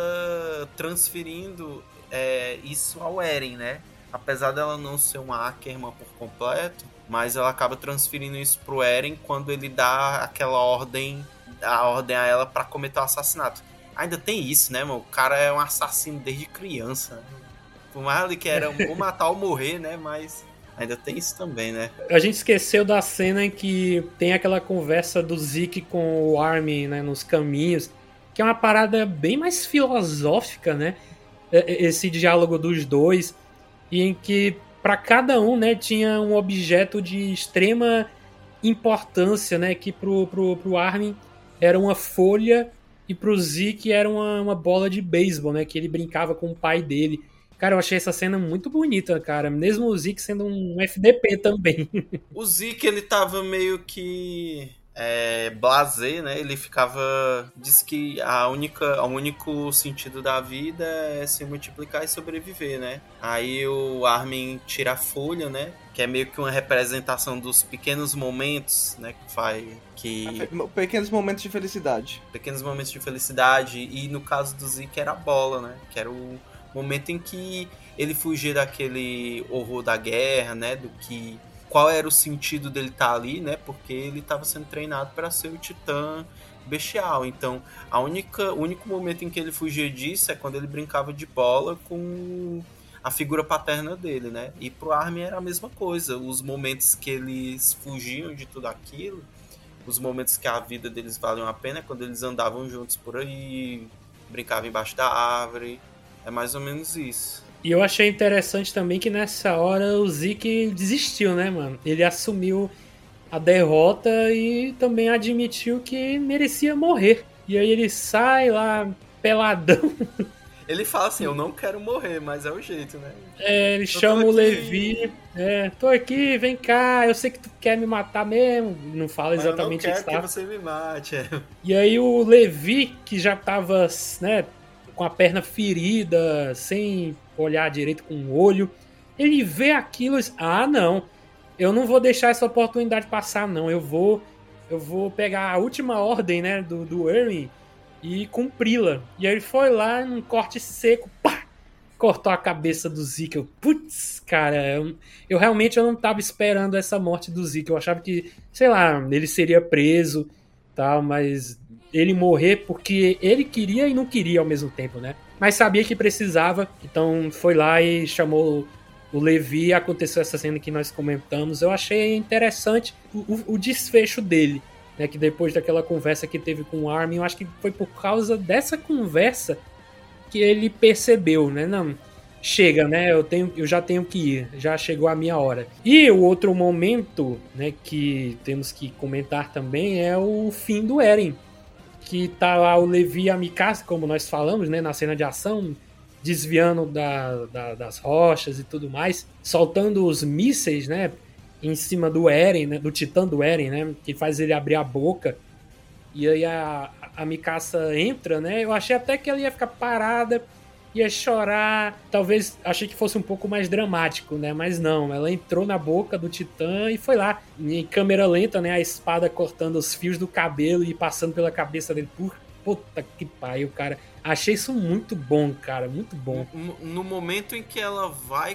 I: transferindo é, isso ao Eren, né? Apesar dela não ser uma Ackerman por completo, mas ela acaba transferindo isso pro Eren quando ele dá aquela ordem, a ordem a ela pra cometer o assassinato. Ainda tem isso, né, mano? O cara é um assassino desde criança, né? Por mais ele que era ou matar ou morrer, né? Mas ainda tem isso também, né?
A: A gente esqueceu da cena em que tem aquela conversa do Zeke com o Armin, né, nos caminhos, que é uma parada bem mais filosófica, né? Esse diálogo dos dois, e em que para cada um, né, tinha um objeto de extrema importância, né, que pro, pro, pro Armin era uma folha e pro Zeke era uma, uma bola de beisebol, né, que ele brincava com o pai dele. Cara, eu achei essa cena muito bonita, cara. Mesmo o Zeke sendo um F D P também.
I: O Zeke, ele tava meio que é, blasé, né? Ele ficava... Diz que a única, o único sentido da vida é se multiplicar e sobreviver, né? Aí o Armin tira a folha, né? Que é meio que uma representação dos pequenos momentos, né? Que faz... Que...
B: Pequenos momentos de felicidade.
I: Pequenos momentos de felicidade. E no caso do Zeke era a bola, né? Que era o momento em que ele fugia daquele horror da guerra, né? Do que... Qual era o sentido dele estar ali, né? Porque ele estava sendo treinado para ser o titã bestial. Então, a única, o único momento em que ele fugia disso é quando ele brincava de bola com a figura paterna dele, né? E pro Armin era a mesma coisa. Os momentos que eles fugiam de tudo aquilo, os momentos que a vida deles valiam a pena é quando eles andavam juntos por aí, brincavam embaixo da árvore. É mais ou menos isso.
A: E eu achei interessante também que nessa hora o Zeke desistiu, né, mano? Ele assumiu a derrota e também admitiu que merecia morrer. E aí ele sai lá peladão.
I: Ele fala assim, eu não quero morrer, mas é o jeito, né?
A: É, ele
I: eu
A: chama o Levi. É, tô aqui, vem cá, eu sei que tu quer me matar mesmo. Não fala
I: mas
A: exatamente
I: eu não
A: isso,
I: quero
A: tá?
I: que você me mate. É.
A: E aí o Levi, que já tava, né, com a perna ferida, sem olhar direito com o olho, ele vê aquilo e diz, ah, não, eu não vou deixar essa oportunidade passar, não, eu vou eu vou pegar a última ordem, né, do, do Eren e cumpri-la. E aí ele foi lá, num corte seco, pá! Cortou a cabeça do Zeke. Eu, putz, cara, eu, eu realmente eu não tava esperando essa morte do Zeke. Eu achava que, sei lá, ele seria preso, tal, mas ele morrer porque ele queria e não queria ao mesmo tempo, né? Mas sabia que precisava, então foi lá e chamou o Levi e aconteceu essa cena que nós comentamos. Eu achei interessante o, o, o desfecho dele, né? Que depois daquela conversa que teve com o Armin, eu acho que foi por causa dessa conversa que ele percebeu, né? Não, chega, né? Eu, tenho, eu já tenho que ir, já chegou a minha hora. E o outro momento, né, que temos que comentar também é o fim do Eren, que tá lá o Levi e a Mikasa, como nós falamos, né, na cena de ação, desviando da, da, das rochas e tudo mais, soltando os mísseis, né, em cima do Eren, né, do titã do Eren, né, que faz ele abrir a boca. E aí a, a Mikasa entra, né, eu achei até que ela ia ficar parada, ia chorar, talvez achei que fosse um pouco mais dramático, né, mas não, ela entrou na boca do titã e foi lá, em câmera lenta, né, a espada cortando os fios do cabelo e passando pela cabeça dele. Puta que pariu, cara. Achei isso muito bom, cara, muito bom.
I: No, no momento em que ela vai,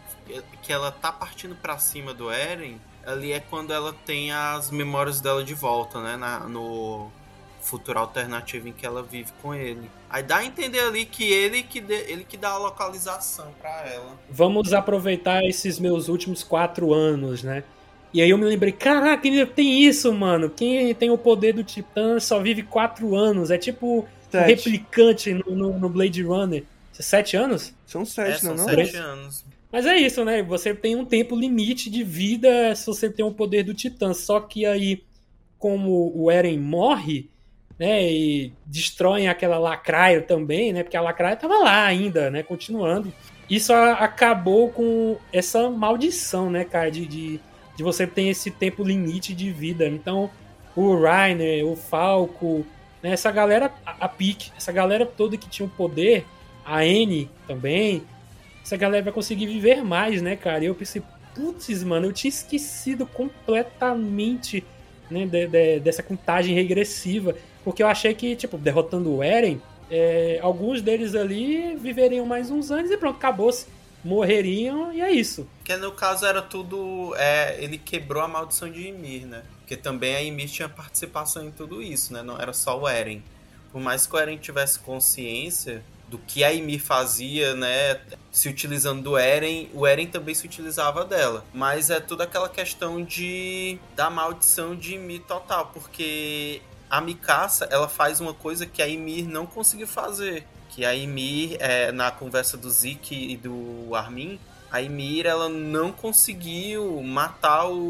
I: que ela tá partindo pra cima do Eren, ali é quando ela tem as memórias dela de volta, né, na, no futuro alternativo em que ela vive com ele. Aí dá a entender ali que ele que, de, ele que dá a localização pra ela.
A: Vamos aproveitar esses meus últimos quatro anos, né? E aí eu me lembrei, caraca, ainda tem isso, mano. Quem tem o poder do Titã só vive quatro anos. É tipo sete. Um replicante no, no, no Blade Runner. Sete anos?
B: São sete,
I: é,
B: não,
I: são
B: não?
I: Sete anos.
A: Mas é isso, né? Você tem um tempo limite de vida se você tem o poder do Titã. Só que aí, como o Eren morre, né, e destroem aquela lacraia também, né, porque a lacraia tava lá ainda, né, continuando. Isso a, acabou com essa maldição, né, cara, de, de, de você ter esse tempo limite de vida. Então, o Reiner, o Falco, né, essa galera, a, a Pique, essa galera toda que tinha o poder, a Anne também, essa galera vai conseguir viver mais, né, cara. E eu pensei, putz, mano, eu tinha esquecido completamente, né, de, de, dessa contagem regressiva. Porque eu achei que, tipo, derrotando o Eren, é, alguns deles ali viveriam mais uns anos e pronto, acabou-se. Morreriam e é isso.
I: Que no caso era tudo... É, ele quebrou a maldição de Ymir, né? Porque também a Ymir tinha participação em tudo isso, né? Não era só o Eren. Por mais que o Eren tivesse consciência do que a Ymir fazia, né? Se utilizando do Eren, o Eren também se utilizava dela. Mas é toda aquela questão de da maldição de Ymir total, porque... A Mikasa, ela faz uma coisa que a Ymir não conseguiu fazer. Que a Ymir, é, na conversa do Zeke e do Armin, a Ymir, ela não conseguiu matar o,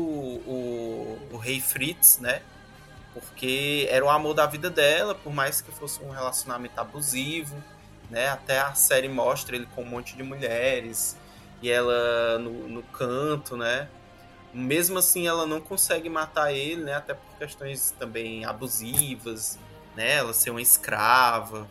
I: o, o Rei Fritz, né? Porque era o amor da vida dela, por mais que fosse um relacionamento abusivo, né? Até a série mostra ele com um monte de mulheres, e ela no, no canto, né? Mesmo assim, ela não consegue matar ele, né? Até por questões também abusivas, né? Ela ser uma escrava.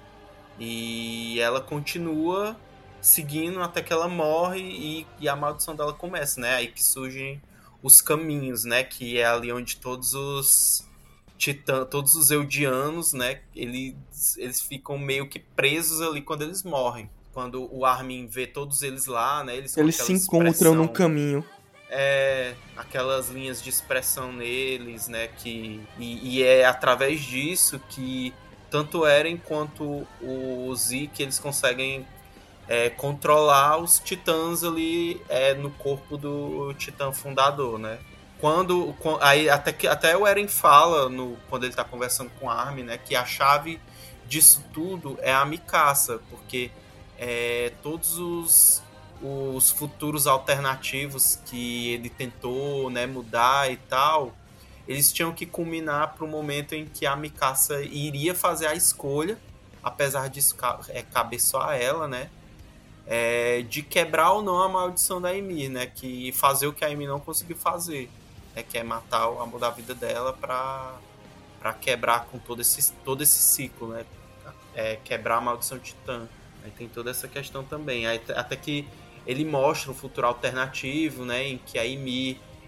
I: E ela continua seguindo até que ela morre e, e a maldição dela começa, né? Aí que surgem os caminhos, né? Que é ali onde todos os titãs, todos os Eldianos, né? Eles, eles ficam meio que presos ali quando eles morrem. Quando o Armin vê todos eles lá, né? Eles,
B: eles se encontram expressão... no caminho.
I: É, aquelas linhas de expressão neles, né, que, e, e é através disso que tanto o Eren quanto o Zeke, eles conseguem é, controlar os titãs ali é, no corpo do titã fundador, né. Quando, aí até, que, até o Eren fala, no, quando ele tá conversando com a Armin, né, que a chave disso tudo é a Mikasa, porque é, todos os os futuros alternativos que ele tentou, né, mudar e tal, eles tinham que culminar para o momento em que a Mikasa iria fazer a escolha, apesar disso é, caber só a ela, né, é, de quebrar ou não a maldição da Ymir, né, que fazer o que a Ymir não conseguiu fazer, né, que é matar o amor da vida dela para para quebrar com todo esse, todo esse ciclo, né, é, quebrar a maldição titã. Aí tem toda essa questão também, aí, até que ele mostra um futuro alternativo, né, em que a Ymir,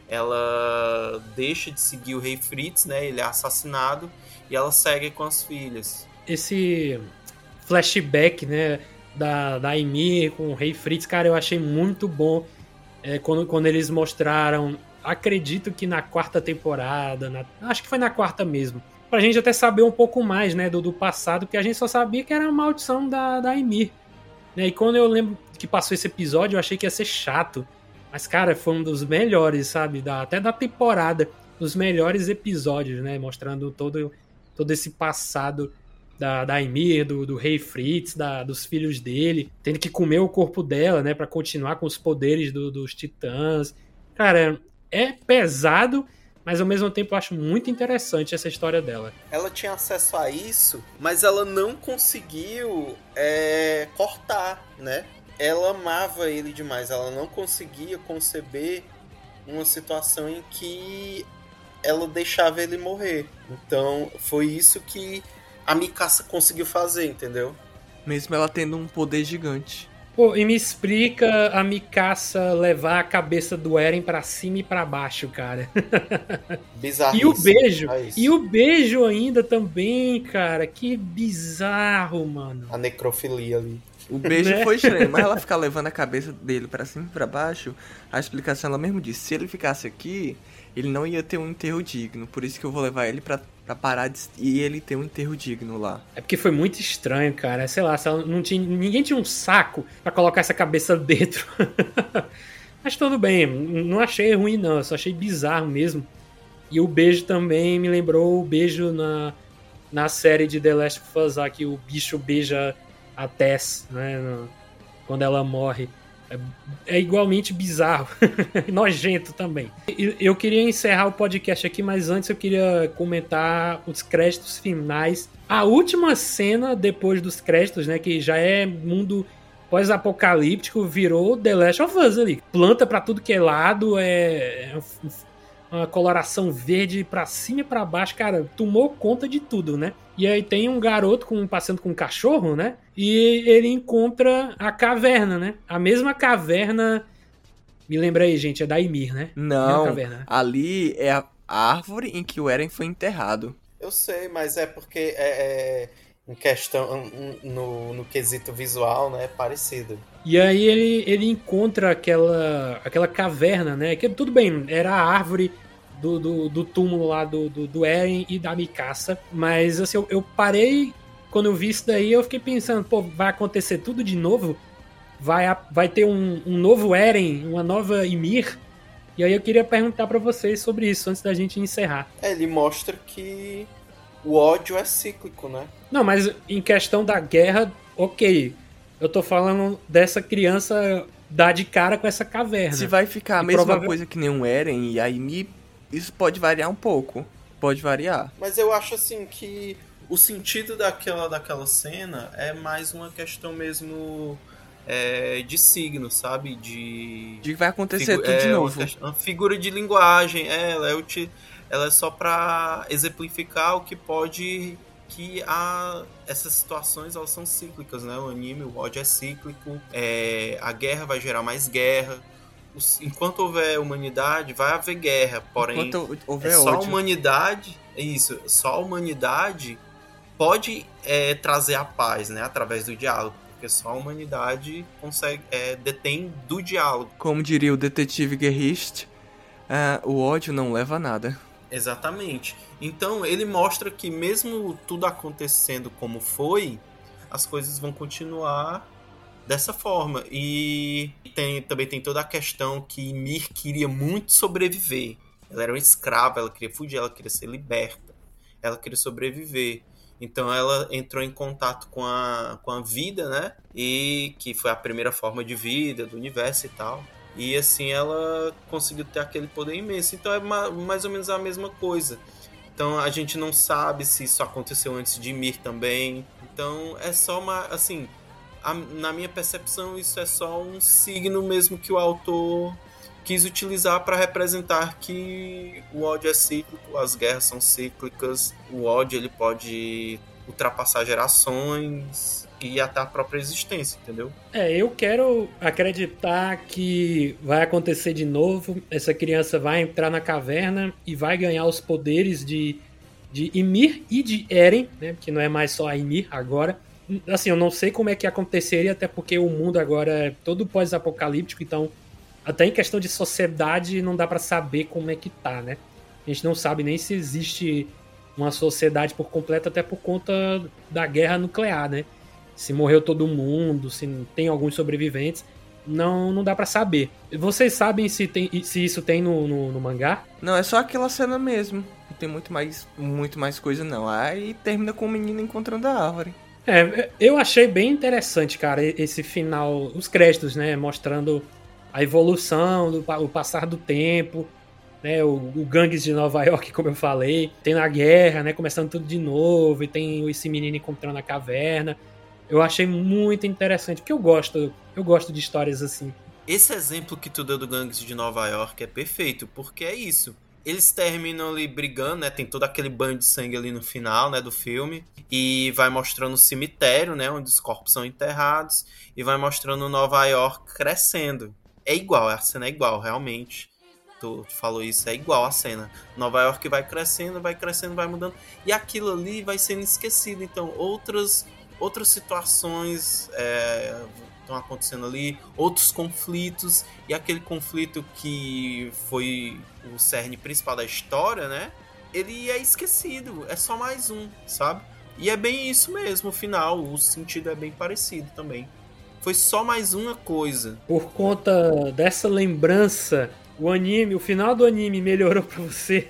I: ela deixa de seguir o Rei Fritz, né? Ele é assassinado e ela segue com as filhas.
A: Esse flashback, né, da, da Ymir com o Rei Fritz, cara, eu achei muito bom é, quando, quando eles mostraram, acredito que na quarta temporada, na, acho que foi na quarta mesmo, pra gente até saber um pouco mais, né, do, do passado, porque a gente só sabia que era a maldição da, da Ymir. Né, e quando eu lembro que passou esse episódio, eu achei que ia ser chato. Mas, cara, foi um dos melhores, sabe? Da, até da temporada. Dos melhores episódios, né? Mostrando todo, todo esse passado da, da Ymir, do, do Rei Fritz, da, dos filhos dele. Tendo que comer o corpo dela, né? Pra continuar com os poderes do, dos titãs. Cara, é pesado, mas ao mesmo tempo eu acho muito interessante essa história dela.
I: Ela tinha acesso a isso, mas ela não conseguiu é, cortar, né? Ela amava ele demais, ela não conseguia conceber uma situação em que ela deixava ele morrer. Então foi isso que a Mikasa conseguiu fazer, entendeu?
B: Mesmo ela tendo um poder gigante.
A: Pô, e me explica a Mikasa levar a cabeça do Eren pra cima e pra baixo, cara.
I: Bizarro.
A: E o beijo, é e o beijo ainda também, cara, que bizarro, mano.
I: A necrofilia ali.
B: O beijo né? foi estranho, mas ela ficar levando a cabeça dele pra cima e pra baixo, a explicação ela mesmo disse, se ele ficasse aqui, ele não ia ter um enterro digno, por isso que eu vou levar ele pra, pra parar de, e ele ter um enterro digno lá.
A: É porque foi muito estranho, cara, sei lá, não tinha, ninguém tinha um saco pra colocar essa cabeça dentro. Mas tudo bem, não achei ruim não, eu só achei bizarro mesmo. E o beijo também me lembrou o beijo na, na série de The Last of Us, que o bicho beija a Tess, né, no, quando ela morre. É, é igualmente bizarro. Nojento também. Eu queria encerrar o podcast aqui, mas antes eu queria comentar os créditos finais. A última cena depois dos créditos, né, que já é mundo pós-apocalíptico, virou The Last of Us ali. Planta pra tudo que é lado, é, é uma coloração verde pra cima e pra baixo, cara, tomou conta de tudo, né? E aí tem um garoto com, passando com um cachorro, né? E ele encontra a caverna, né? A mesma caverna... Me lembra aí, gente, é da Ymir, né?
B: Não, caverna, né? Ali é a árvore em que o Eren foi enterrado.
I: Eu sei, mas é porque é, é em questão, no, no quesito visual, né? É parecido.
A: E aí ele, ele encontra aquela, aquela caverna, né? Que tudo bem, era a árvore... Do, do, do túmulo lá do, do, do Eren e da Mikasa, mas assim, eu, eu parei quando eu vi isso daí, eu fiquei pensando, pô, vai acontecer tudo de novo? Vai, vai ter um, um novo Eren, uma nova Ymir? E aí eu queria perguntar pra vocês sobre isso, antes da gente encerrar.
I: É, ele mostra que o ódio é cíclico, né?
A: Não, mas em questão da guerra, ok, eu tô falando dessa criança dar de cara com essa caverna.
B: Se vai ficar a mesma provável... coisa que nem um Eren e a Ymir, isso pode variar um pouco. Pode variar.
I: Mas eu acho assim que o sentido daquela, daquela cena é mais uma questão mesmo é, de signo, sabe? De.
B: De que vai acontecer tudo
I: é,
B: de novo.
I: Uma, uma figura de linguagem. É, ela, é uti, ela é só pra exemplificar o que pode. Que a, essas situações elas são cíclicas, né? O anime, o ódio é cíclico. É, a guerra vai gerar mais guerra. Enquanto houver humanidade, vai haver guerra, porém
B: houver
I: é só
B: ódio.
I: a humanidade, é isso, só a humanidade pode é, trazer a paz, né, através do diálogo, porque só a humanidade consegue, é, detém do diálogo.
B: Como diria o detetive guerrista, uh, o ódio não leva a nada.
I: Exatamente. Então ele mostra que mesmo tudo acontecendo como foi, as coisas vão continuar dessa forma. E tem, também tem toda a questão que Ymir queria muito sobreviver. Ela era uma escrava, ela queria fugir, ela queria ser liberta. Ela queria sobreviver. Então ela entrou em contato com a, com a vida, né? E que foi a primeira forma de vida do universo e tal. E assim ela conseguiu ter aquele poder imenso. Então é ma- mais ou menos a mesma coisa. Então a gente não sabe se isso aconteceu antes de Ymir também. Então é só uma... assim... A, na minha percepção, isso é só um signo mesmo que o autor quis utilizar para representar que o ódio é cíclico, as guerras são cíclicas, o ódio ele pode ultrapassar gerações e até a própria existência, entendeu?
A: É, eu quero acreditar que vai acontecer de novo, essa criança vai entrar na caverna e vai ganhar os poderes de, de Ymir e de Eren, né, que não é mais só a Ymir agora. Assim, eu não sei como é que aconteceria, até porque o mundo agora é todo pós-apocalíptico, então até em questão de sociedade não dá pra saber como é que tá, né? A gente não sabe nem se existe uma sociedade por completo, até por conta da guerra nuclear, né? Se morreu todo mundo, se tem alguns sobreviventes, não, não dá pra saber. Vocês sabem se, tem, se isso tem no, no, no mangá?
B: Não, é só aquela cena mesmo. Não tem muito mais, muito mais coisa, não. Aí termina com o menino encontrando a árvore.
A: É, eu achei bem interessante, cara, esse final, os créditos, né? Mostrando a evolução, do, o passar do tempo, né? O, o Gangues de Nova York, como eu falei. Tem a guerra, né? Começando tudo de novo. E tem esse menino encontrando a caverna. Eu achei muito interessante, porque eu gosto, eu gosto de histórias assim.
I: Esse exemplo que tu deu do Gangues de Nova York é perfeito, porque é isso. Eles terminam ali brigando, né? Tem todo aquele banho de sangue ali no final, né, do filme. E vai mostrando o cemitério, né? Onde os corpos são enterrados. E vai mostrando Nova York crescendo. É igual, a cena é igual, realmente. Tu, tu falou isso, é igual a cena. Nova York vai crescendo, vai crescendo, vai mudando. E aquilo ali vai sendo esquecido. Então, outras, outras situações... É... estão acontecendo ali, outros conflitos, e aquele conflito que foi o cerne principal da história, né? Ele é esquecido, é só mais um, sabe? E é bem isso mesmo, o final, o sentido é bem parecido também. Foi só mais uma coisa.
A: Por conta dessa lembrança, o anime, o final do anime melhorou pra você?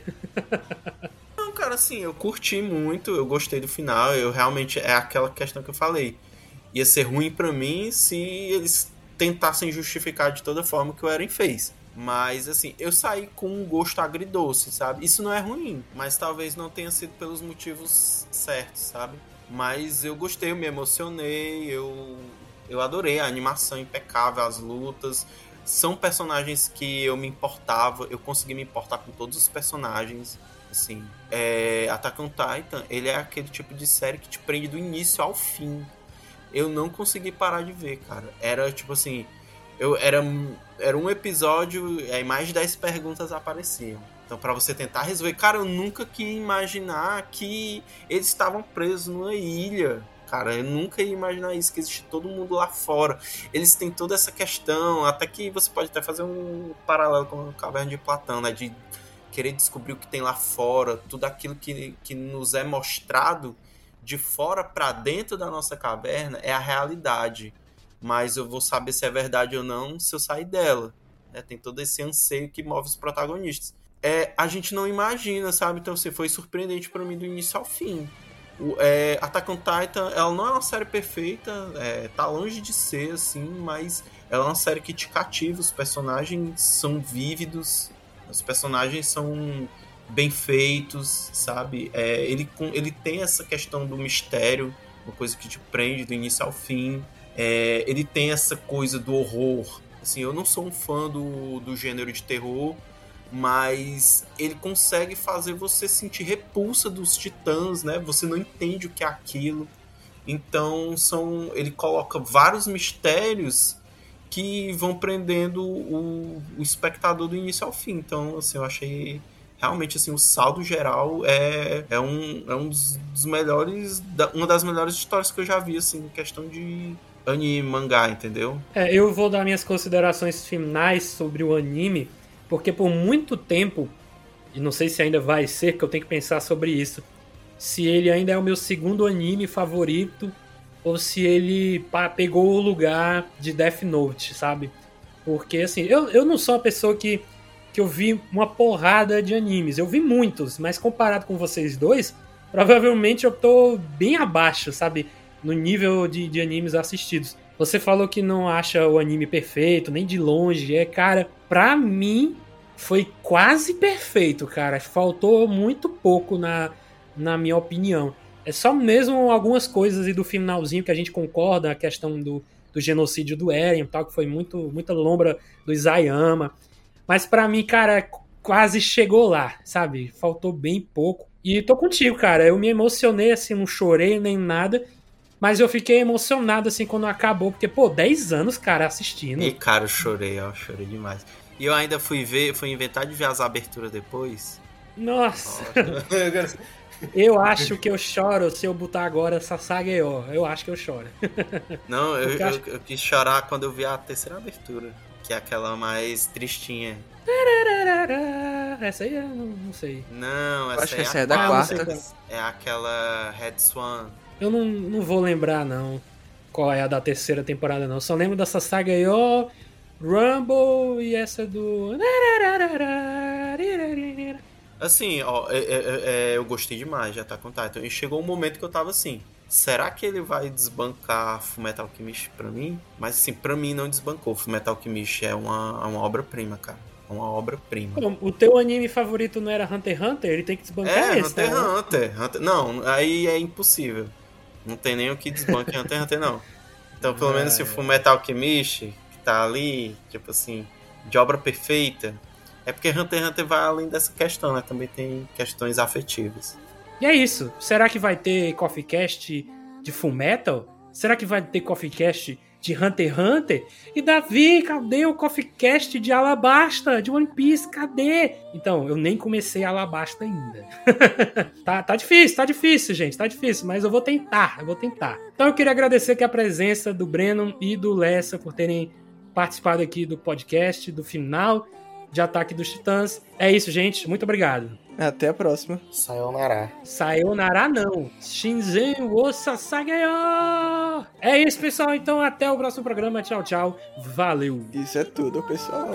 I: Não, cara, assim, eu curti muito, eu gostei do final, eu realmente, é aquela questão que eu falei. Ia ser ruim pra mim se eles tentassem justificar de toda forma o que o Eren fez. Mas, assim, eu saí com um gosto agridoce, sabe? Isso não é ruim, mas talvez não tenha sido pelos motivos certos, sabe? Mas eu gostei, eu me emocionei, eu, eu adorei a animação impecável, as lutas. São personagens que eu me importava, eu consegui me importar com todos os personagens. Assim, é, Attack on Titan, ele é aquele tipo de série que te prende do início ao fim. Eu não consegui parar de ver, cara. Era tipo assim, eu era, era um episódio, aí mais de dez perguntas apareciam. Então, pra você tentar resolver, cara, eu nunca quis imaginar que eles estavam presos numa ilha. Cara, eu nunca ia imaginar isso, que existe todo mundo lá fora. Eles têm toda essa questão, até que você pode até fazer um paralelo com a Caverna de Platão, né? De querer descobrir o que tem lá fora, tudo aquilo que, que nos é mostrado de fora para dentro da nossa caverna é a realidade, mas eu vou saber se é verdade ou não se eu sair dela, né? Tem todo esse anseio que move os protagonistas. É, a gente não imagina, sabe? Então, assim, foi surpreendente para mim do início ao fim. O, é, Attack on Titan, ela não é uma série perfeita, é, tá longe de ser, assim, mas ela é uma série que te cativa, os personagens são vívidos, os personagens são bem feitos, sabe? É, ele, ele tem essa questão do mistério, uma coisa que te prende do início ao fim. É, ele tem essa coisa do horror. Assim, eu não sou um fã do, do gênero de terror, mas ele consegue fazer você sentir repulsa dos titãs, né? Você não entende o que é aquilo. Então, são, ele coloca vários mistérios que vão prendendo o, o espectador do início ao fim. Então, assim, eu achei... Realmente, assim, o saldo geral é, é um, é um dos, dos melhores... Uma das melhores histórias que eu já vi, assim, em questão de anime, mangá, entendeu?
A: É, eu vou dar minhas considerações finais sobre o anime, porque por muito tempo, e não sei se ainda vai ser, que eu tenho que pensar sobre isso, se ele ainda é o meu segundo anime favorito, ou se ele pá, pegou o lugar de Death Note, sabe? Porque, assim, eu, eu não sou uma pessoa que... que eu vi uma porrada de animes. Eu vi muitos, mas comparado com vocês dois, provavelmente eu tô bem abaixo, sabe? No nível de, de animes assistidos. Você falou que não acha o anime perfeito, nem de longe. É, cara, pra mim foi quase perfeito, cara. Faltou muito pouco na, na minha opinião. É só mesmo algumas coisas e do finalzinho que a gente concorda, a questão do, do genocídio do Eren e tal, que foi muito, muita lombra do Isayama. Mas pra mim, cara, quase chegou lá, sabe? Faltou bem pouco. E tô contigo, cara. Eu me emocionei, assim, não chorei nem nada. Mas eu fiquei emocionado, assim, quando acabou. Porque, pô, dez anos, cara, assistindo.
I: E, cara, eu chorei, ó. Chorei demais. E eu ainda fui ver, fui inventar de ver as aberturas depois.
A: Nossa. Eu acho que eu choro se eu botar agora Sasageyo. Eu acho que eu choro.
I: Não, eu, eu,
A: acho...
I: eu quis chorar quando eu vi a terceira abertura. Que é aquela mais tristinha.
A: Essa aí eu não, não sei.
I: Não, essa,
B: acho
I: é,
B: que essa
I: a
B: é da
I: quarta.
B: quarta.
I: É aquela Red Swan.
A: Eu não, não vou lembrar, não, qual é a da terceira temporada, não. Só lembro dessa Sasageyo, Rumble e essa do...
I: Assim, ó, é, é, é, eu gostei demais de Attack on Titan. E chegou um momento que eu tava assim... Será que ele vai desbancar Fullmetal Alchemist pra mim? Mas assim, pra mim não desbancou. Fullmetal Alchemist é uma, uma obra-prima, cara. É uma obra-prima.
A: O teu anime favorito não era Hunter x Hunter? Ele tem que desbancar
I: é,
A: esse,
I: Hunter,
A: né?
I: Hunter, Hunter. Não, aí é impossível. Não tem nem o que desbanque Hunter x Hunter, não. Então, pelo
A: é,
I: menos se o Fullmetal Alchemist, que tá ali, tipo assim, de obra perfeita... É porque Hunter x Hunter vai além dessa questão, né? Também tem questões afetivas.
A: E é isso. Será que vai ter Coffee Cast de Fullmetal? Será que vai ter Coffee Cast de Hunter x Hunter? E Davi, cadê o Coffee Cast de Alabasta, de One Piece? Cadê? Então, eu nem comecei Alabasta ainda. tá, tá difícil, tá difícil, gente. Tá difícil, mas eu vou tentar, eu vou tentar. Então eu queria agradecer aqui a presença do Breno e do Lessa por terem participado aqui do podcast, do final de Ataque dos Titãs. É isso, gente. Muito obrigado.
B: Até a próxima.
E: Sayonara.
A: Sayonara não. Shinzen wo Sasageyo. É isso, pessoal. Então, até o próximo programa. Tchau, tchau. Valeu.
B: Isso é tudo, pessoal.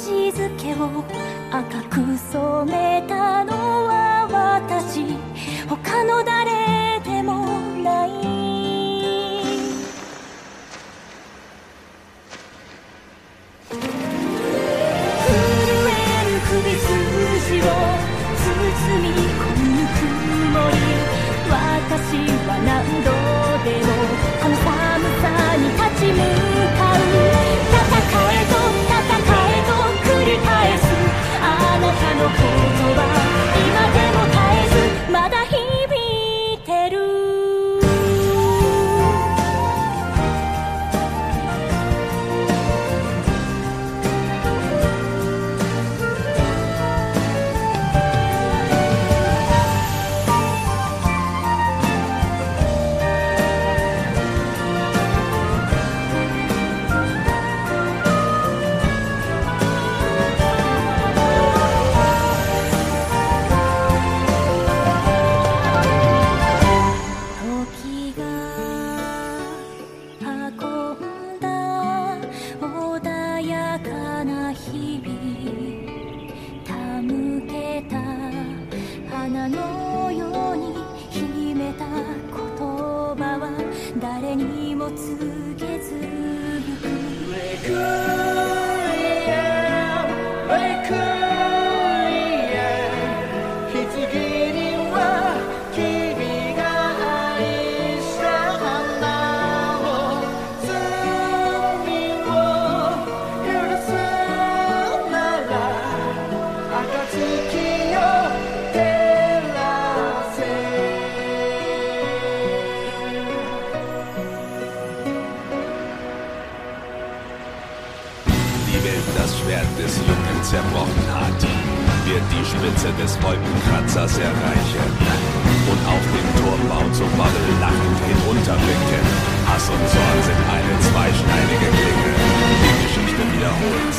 F: zerbrochen hat, wird die Spitze des Wolkenkratzers erreichen und auf den Turmbau zum Bubble lachend hinunterblicken. Hass und Zorn sind eine zweischneidige Klinge. Die Geschichte wiederholt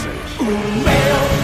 F: sich.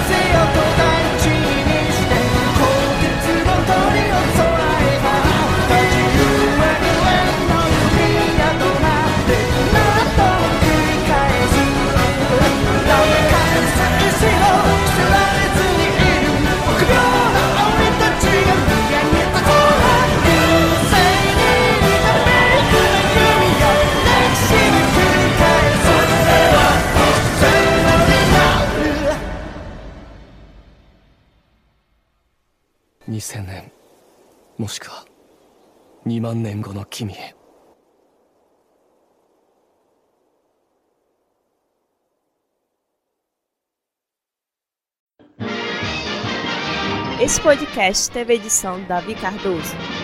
J: にせんねんもしくはにまんねんごの君へ。
K: Esse podcast teve edição Davi Cardoso.